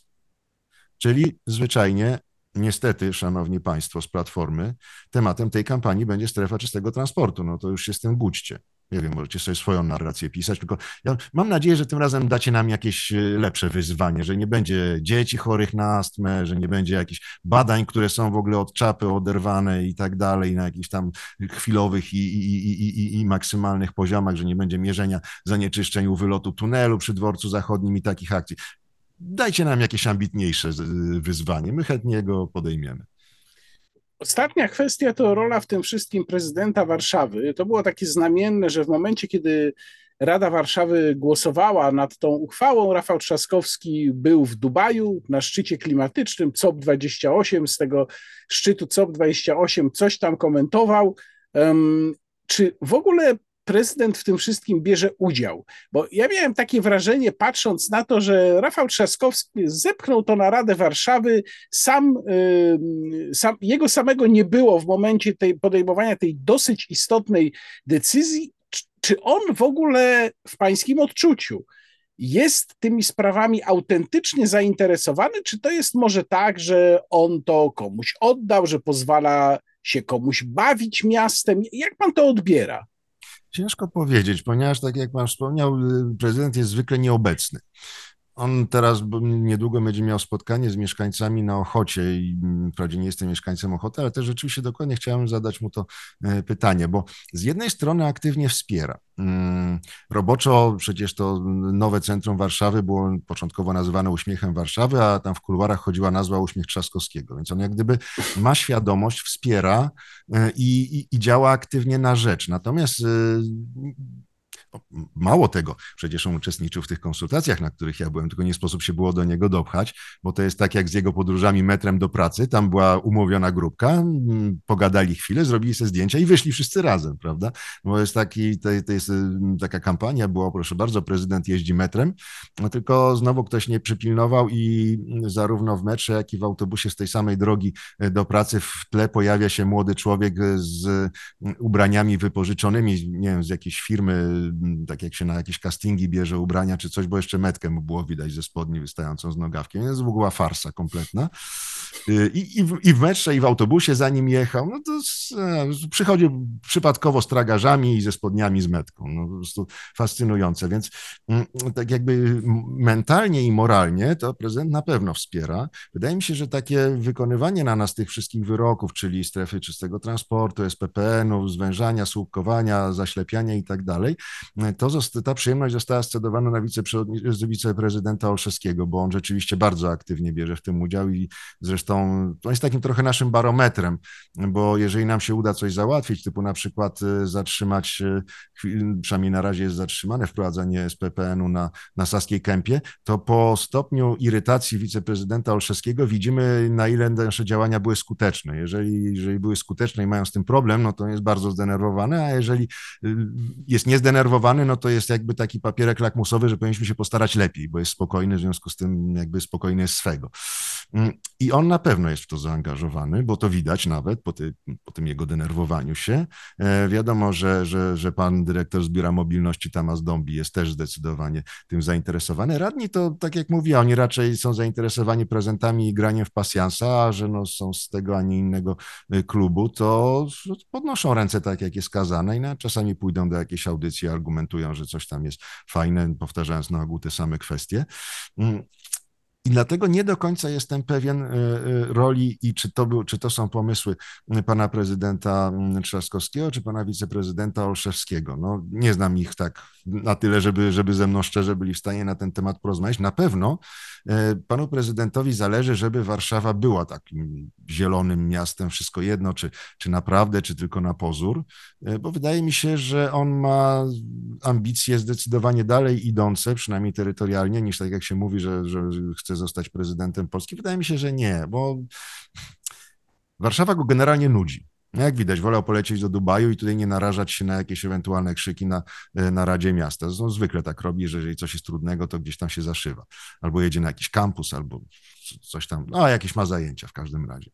czyli zwyczajnie niestety, szanowni państwo z Platformy, tematem tej kampanii będzie strefa czystego transportu. No to już się z tym budźcie. Nie wiem, możecie sobie swoją narrację pisać, tylko ja mam nadzieję, że tym razem dacie nam jakieś lepsze wyzwanie, że nie będzie dzieci chorych na astmę, że nie będzie jakichś badań, które są w ogóle od czapy oderwane i tak dalej, na jakichś tam chwilowych i, i, i, i, i maksymalnych poziomach, że nie będzie mierzenia zanieczyszczeń u wylotu tunelu przy dworcu zachodnim i takich akcji. Dajcie nam jakieś ambitniejsze wyzwanie, my chętnie go podejmiemy. Ostatnia kwestia to rola w tym wszystkim prezydenta Warszawy. To było takie znamienne, że w momencie, kiedy Rada Warszawy głosowała nad tą uchwałą, Rafał Trzaskowski był w Dubaju na szczycie klimatycznym C O P dwadzieścia osiem, z tego szczytu C O P dwadzieścia osiem coś tam komentował. Um, czy w ogóle prezydent w tym wszystkim bierze udział? Bo ja miałem takie wrażenie, patrząc na to, że Rafał Trzaskowski zepchnął to na Radę Warszawy, sam, sam, jego samego nie było w momencie tej podejmowania tej dosyć istotnej decyzji. Czy on w ogóle w pańskim odczuciu jest tymi sprawami autentycznie zainteresowany, czy to jest może tak, że on to komuś oddał, że pozwala się komuś bawić miastem? Jak pan to odbiera? Ciężko powiedzieć, ponieważ tak jak pan wspomniał, prezydent jest zwykle nieobecny. On teraz niedługo będzie miał spotkanie z mieszkańcami na Ochocie i wprawdzie nie jestem mieszkańcem Ochoty, ale też rzeczywiście dokładnie chciałem zadać mu to pytanie, bo z jednej strony aktywnie wspiera. Roboczo przecież to nowe centrum Warszawy było początkowo nazywane Uśmiechem Warszawy, a tam w kuluarach chodziła nazwa Uśmiech Trzaskowskiego, więc on jak gdyby ma świadomość, wspiera i, i, i działa aktywnie na rzecz. Natomiast mało tego, przecież on uczestniczył w tych konsultacjach, na których ja byłem, tylko nie sposób się było do niego dopchać, bo to jest tak jak z jego podróżami metrem do pracy, tam była umówiona grupka, pogadali chwilę, zrobili sobie zdjęcia i wyszli wszyscy razem, prawda? Bo jest taki, to, to jest taka kampania była, proszę bardzo, prezydent jeździ metrem, no tylko znowu ktoś nie przypilnował i zarówno w metrze, jak i w autobusie z tej samej drogi do pracy w tle pojawia się młody człowiek z ubraniami wypożyczonymi, nie wiem, z jakiejś firmy, tak jak się na jakieś castingi bierze ubrania czy coś, bo jeszcze metkę mu było widać ze spodni wystającą z nogawkiem. Więc była farsa kompletna. I, i, w, i w metrze, i w autobusie za nim jechał. No to e, przychodził przypadkowo z tragarzami i ze spodniami z metką. No po prostu fascynujące. Więc m, tak jakby mentalnie i moralnie to prezydent na pewno wspiera. Wydaje mi się, że takie wykonywanie na nas tych wszystkich wyroków, czyli strefy czystego transportu, S P P N-u, zwężania, słupkowania, zaślepiania i tak dalej, to zosta- ta przyjemność została scedowana na wiceprzewod- wiceprezydenta Olszewskiego, bo on rzeczywiście bardzo aktywnie bierze w tym udział i zresztą to jest takim trochę naszym barometrem, bo jeżeli nam się uda coś załatwić, typu na przykład zatrzymać, przynajmniej na razie jest zatrzymane wprowadzenie S P P N-u na, na Saskiej Kępie, to po stopniu irytacji wiceprezydenta Olszewskiego widzimy, na ile nasze działania były skuteczne. Jeżeli, jeżeli były skuteczne i mają z tym problem, no to jest bardzo zdenerwowany, a jeżeli jest niezdenerwowany, no to jest jakby taki papierek lakmusowy, że powinniśmy się postarać lepiej, bo jest spokojny, w związku z tym jakby spokojny jest swego. I on na pewno jest w to zaangażowany, bo to widać nawet po, ty, po tym jego denerwowaniu się. E, wiadomo, że, że, że pan dyrektor z Biura Mobilności Tamas Dąbi jest też zdecydowanie tym zainteresowany. Radni to, tak jak mówiła, oni raczej są zainteresowani prezentami i graniem w pasjansa, a że no, są z tego, a nie innego klubu, to podnoszą ręce tak, jak jest kazane i no, czasami pójdą do jakiejś audycji, argumentują, że coś tam jest fajne, powtarzając na ogół te same kwestie. I dlatego nie do końca jestem pewien roli i czy to, był, czy to są pomysły pana prezydenta Trzaskowskiego, czy pana wiceprezydenta Olszewskiego. No, nie znam ich tak na tyle, żeby, żeby ze mną szczerze byli w stanie na ten temat porozmawiać. Na pewno panu prezydentowi zależy, żeby Warszawa była takim zielonym miastem, wszystko jedno, czy, czy naprawdę, czy tylko na pozór, bo wydaje mi się, że on ma ambicje zdecydowanie dalej idące, przynajmniej terytorialnie, niż tak jak się mówi, że, że chce zostać prezydentem Polski. Wydaje mi się, że nie, bo Warszawa go generalnie nudzi. Jak widać, wolał polecieć do Dubaju i tutaj nie narażać się na jakieś ewentualne krzyki na, na Radzie Miasta. Zresztą zwykle tak robi, że jeżeli coś jest trudnego, to gdzieś tam się zaszywa. Albo jedzie na jakiś kampus, albo coś tam, no jakieś ma zajęcia w każdym razie.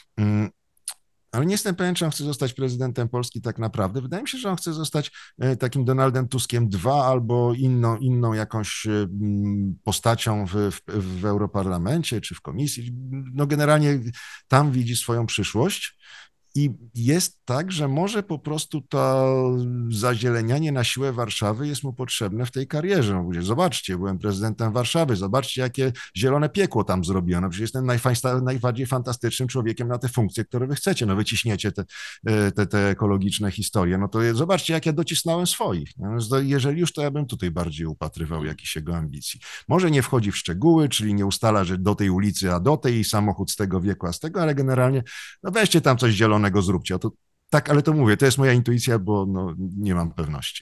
Ale nie jestem pewien, czy on chce zostać prezydentem Polski tak naprawdę. Wydaje mi się, że on chce zostać takim Donaldem Tuskiem dwa albo inną, inną jakąś postacią w, w, w Europarlamencie czy w komisji. No generalnie tam widzi swoją przyszłość. I jest tak, że może po prostu to zazielenianie na siłę Warszawy jest mu potrzebne w tej karierze. No, mówię, zobaczcie, byłem prezydentem Warszawy, zobaczcie, jakie zielone piekło tam zrobiono. No, przecież jestem najbardziej fantastycznym człowiekiem na te funkcje, które wy chcecie. No wyciśniecie te, te, te ekologiczne historie. No to zobaczcie, jak ja docisnąłem swoich. No, jeżeli już, to ja bym tutaj bardziej upatrywał jakichś jego ambicji. Może nie wchodzi w szczegóły, czyli nie ustala, że do tej ulicy, a do tej i samochód z tego wieku, a z tego, ale generalnie no weźcie tam coś zielonego, zróbcie. To, tak, ale to mówię, to jest moja intuicja, bo no, nie mam pewności.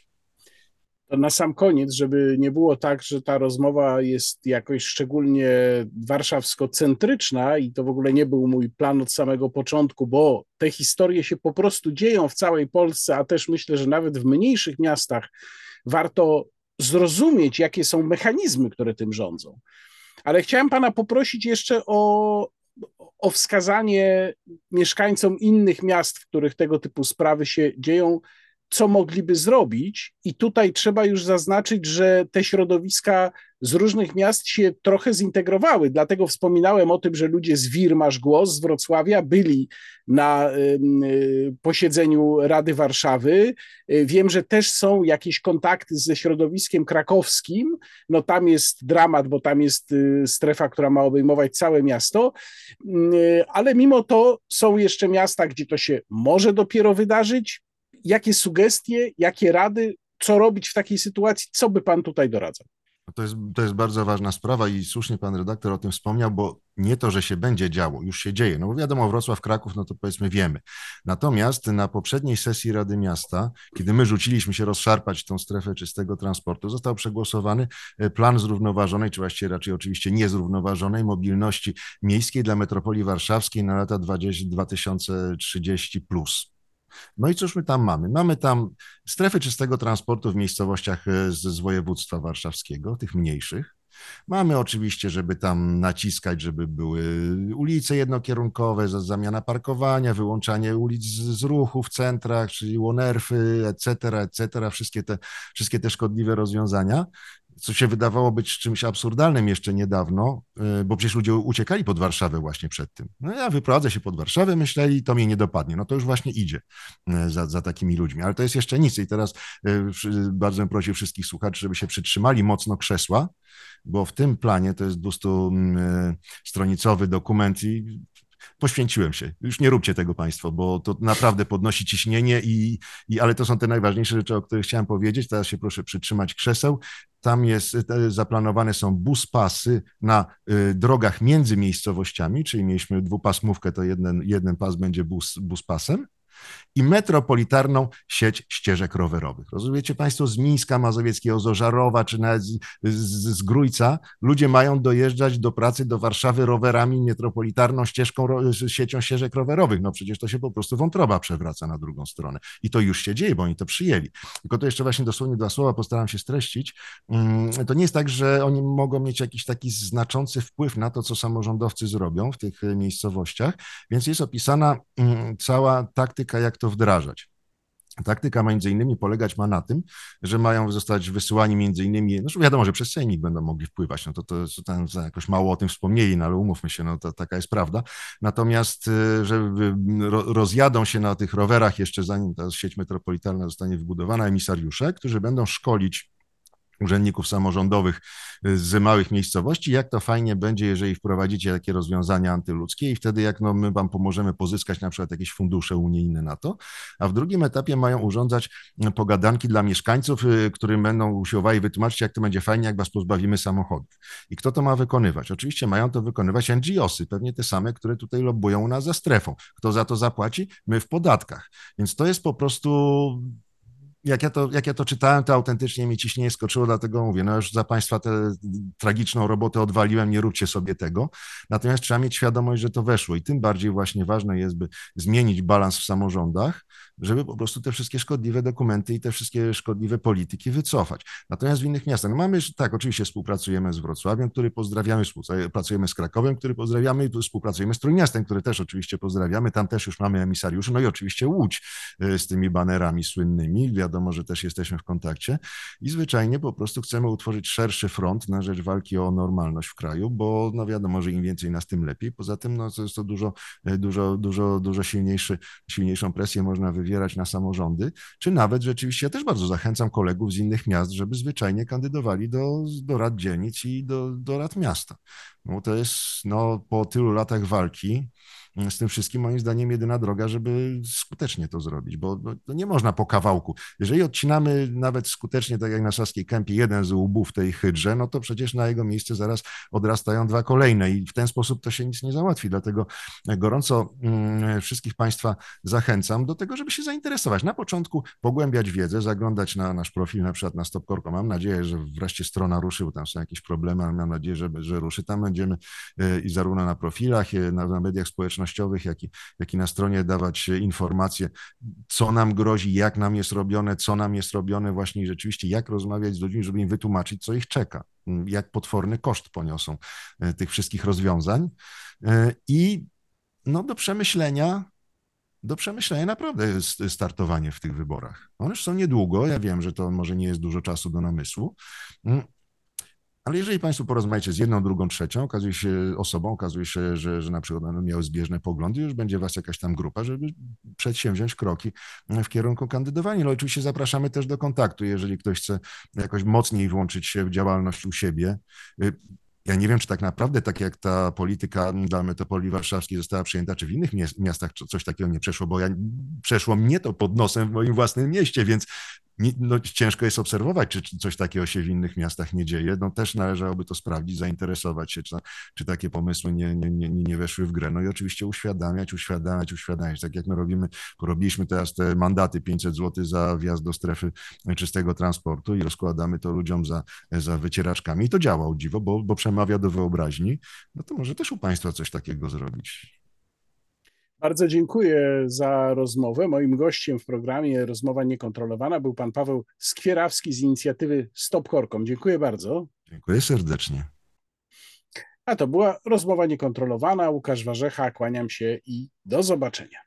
To na sam koniec, żeby nie było tak, że ta rozmowa jest jakoś szczególnie warszawsko-centryczna i to w ogóle nie był mój plan od samego początku, bo te historie się po prostu dzieją w całej Polsce, a też myślę, że nawet w mniejszych miastach warto zrozumieć, jakie są mechanizmy, które tym rządzą. Ale chciałem pana poprosić jeszcze o, o wskazanie mieszkańcom innych miast, w których tego typu sprawy się dzieją, co mogliby zrobić. I tutaj trzeba już zaznaczyć, że te środowiska z różnych miast się trochę zintegrowały. Dlatego wspominałem o tym, że ludzie z Wir Masz Głos, z Wrocławia byli na y, posiedzeniu Rady Warszawy. Wiem, że też są jakieś kontakty ze środowiskiem krakowskim. No tam jest dramat, bo tam jest y, strefa, która ma obejmować całe miasto. Y, ale mimo to są jeszcze miasta, gdzie to się może dopiero wydarzyć. Jakie sugestie, jakie rady, co robić w takiej sytuacji? Co by pan tutaj doradzał? To jest, to jest bardzo ważna sprawa i słusznie pan redaktor o tym wspomniał, bo nie to, że się będzie działo, już się dzieje. No bo wiadomo, Wrocław, Kraków, no to powiedzmy wiemy. Natomiast na poprzedniej sesji Rady Miasta, kiedy my rzuciliśmy się rozszarpać tą strefę czystego transportu, został przegłosowany plan zrównoważonej, czy właściwie raczej oczywiście niezrównoważonej mobilności miejskiej dla metropolii warszawskiej na lata dwa tysiące trzydzieści plus. No i cóż my tam mamy? Mamy tam strefy czystego transportu w miejscowościach z, z województwa warszawskiego, tych mniejszych. Mamy oczywiście, żeby tam naciskać, żeby były ulice jednokierunkowe, zamiana parkowania, wyłączanie ulic z, z ruchu w centrach, czyli łonerfy, et cetera, et cetera, wszystkie te, wszystkie te szkodliwe rozwiązania. co się wydawało być czymś absurdalnym jeszcze niedawno, bo przecież ludzie uciekali pod Warszawę właśnie przed tym. No ja wyprowadzę się pod Warszawę, myśleli, to mnie nie dopadnie. No to już właśnie idzie za, za takimi ludźmi. Ale to jest jeszcze nic. I teraz bardzo bym prosił wszystkich słuchaczy, żeby się przytrzymali mocno krzesła, bo w tym planie to jest dwustustronicowy dokument i poświęciłem się. Już nie róbcie tego państwo, bo to naprawdę podnosi ciśnienie, i, i, ale to są te najważniejsze rzeczy, o których chciałem powiedzieć. Teraz się proszę przytrzymać krzeseł. Tam jest, zaplanowane są buspasy na y, drogach między miejscowościami, czyli mieliśmy dwupasmówkę, to jeden, jeden pas będzie bus, buspasem. I metropolitarną sieć ścieżek rowerowych. Rozumiecie państwo, z Mińska Mazowieckiego, z Ożarowa, czy nawet z, z, z Grójca ludzie mają dojeżdżać do pracy do Warszawy rowerami, metropolitarną ścieżką, siecią ścieżek rowerowych. No przecież to się po prostu wątroba przewraca na drugą stronę. I to już się dzieje, bo oni to przyjęli. Tylko to jeszcze właśnie dosłownie dwa słowa postaram się streścić. To nie jest tak, że oni mogą mieć jakiś taki znaczący wpływ na to, co samorządowcy zrobią w tych miejscowościach, więc jest opisana cała taktyka, jak to wdrażać. Taktyka między innymi polegać ma na tym, że mają zostać wysyłani między innymi, no wiadomo, że przez sejmik będą mogli wpływać, no to, to, to tam jakoś mało o tym wspomnieli, no ale umówmy się, no to taka jest prawda. Natomiast, że rozjadą się na tych rowerach jeszcze zanim ta sieć metropolitalna zostanie wybudowana, emisariusze, którzy będą szkolić urzędników samorządowych z małych miejscowości, jak to fajnie będzie, jeżeli wprowadzicie takie rozwiązania antyludzkie i wtedy jak no, my wam pomożemy pozyskać na przykład jakieś fundusze unijne na to, a w drugim etapie mają urządzać pogadanki dla mieszkańców, którym będą usiłowali wytłumaczyć, jak to będzie fajnie, jak was pozbawimy samochodów. I kto to ma wykonywać? Oczywiście mają to wykonywać N G O sy, pewnie te same, które tutaj lobbują u nas za strefą. Kto za to zapłaci? My w podatkach. Więc to jest po prostu... Jak ja, to, jak ja to czytałem, to autentycznie mi ciśnienie skoczyło, dlatego mówię, no już za państwa tę tragiczną robotę odwaliłem, nie róbcie sobie tego. Natomiast trzeba mieć świadomość, że to weszło i tym bardziej właśnie ważne jest, by zmienić balans w samorządach, żeby po prostu te wszystkie szkodliwe dokumenty i te wszystkie szkodliwe polityki wycofać. Natomiast w innych miastach, no mamy, tak, oczywiście współpracujemy z Wrocławiem, który pozdrawiamy, współpracujemy z Krakowem, który pozdrawiamy i współpracujemy z Trójmiastem, które też oczywiście pozdrawiamy, tam też już mamy emisariuszy, no i oczywiście Łódź z tymi banerami słynnymi, wiadomo, że też jesteśmy w kontakcie i zwyczajnie po prostu chcemy utworzyć szerszy front na rzecz walki o normalność w kraju, bo no wiadomo, że im więcej nas, tym lepiej. Poza tym no to jest to dużo, dużo, dużo, dużo silniejszy, silniejszą presję można wywierać na samorządy, czy nawet rzeczywiście ja też bardzo zachęcam kolegów z innych miast, żeby zwyczajnie kandydowali do, do rad dzielnic i do, do rad miasta. No to jest no, po tylu latach walki z tym wszystkim moim zdaniem jedyna droga, żeby skutecznie to zrobić, bo no, nie można po kawałku. Jeżeli odcinamy nawet skutecznie, tak jak na Saskiej Kępie, jeden z łbów tej hydrze, no to przecież na jego miejsce zaraz odrastają dwa kolejne i w ten sposób to się nic nie załatwi. Dlatego gorąco mm, wszystkich Państwa zachęcam do tego, żeby się zainteresować. Na początku pogłębiać wiedzę, zaglądać na nasz profil, na przykład na Stopkorko. Mam nadzieję, że wreszcie strona ruszy, bo tam są jakieś problemy, ale mam nadzieję, że, że ruszy. Tam będziemy y, i zarówno na profilach, y, na, na mediach społecznościowych, jak i, jak i na stronie dawać informacje, co nam grozi, jak nam jest robione, co nam jest robione właśnie i rzeczywiście jak rozmawiać z ludźmi, żeby im wytłumaczyć, co ich czeka, jak potworny koszt poniosą tych wszystkich rozwiązań. I no, do przemyślenia, do przemyślenia naprawdę jest startowanie w tych wyborach. One już są niedługo, ja wiem, że to może nie jest dużo czasu do namysłu, ale jeżeli Państwo porozmawiacie z jedną, drugą, trzecią, okazuje się osobą, okazuje się, że, że na przykład one miały zbieżne poglądy, już będzie Was jakaś tam grupa, żeby przedsięwziąć kroki w kierunku kandydowania. No oczywiście zapraszamy też do kontaktu, jeżeli ktoś chce jakoś mocniej włączyć się w działalność u siebie. Ja nie wiem, czy tak naprawdę, tak jak ta polityka dla metropolii warszawskiej została przyjęta, czy w innych miastach coś takiego nie przeszło, bo ja, przeszło mnie to pod nosem w moim własnym mieście, więc no, ciężko jest obserwować, czy, czy coś takiego się w innych miastach nie dzieje. No też należałoby to sprawdzić, zainteresować się, czy, czy takie pomysły nie, nie, nie, nie weszły w grę. No i oczywiście uświadamiać, uświadamiać, uświadamiać. Tak jak my robimy, robiliśmy teraz te mandaty pięćset złotych za wjazd do strefy czystego transportu i rozkładamy to ludziom za, za wycieraczkami. I to działa, o dziwo, bo, bo przemawia do wyobraźni. No to może też u Państwa coś takiego zrobić. Bardzo dziękuję za rozmowę. Moim gościem w programie Rozmowa Niekontrolowana był pan Paweł Skwierawski z inicjatywy Stop Korkom. Dziękuję bardzo. Dziękuję serdecznie. A to była Rozmowa Niekontrolowana. Łukasz Warzecha, kłaniam się i do zobaczenia.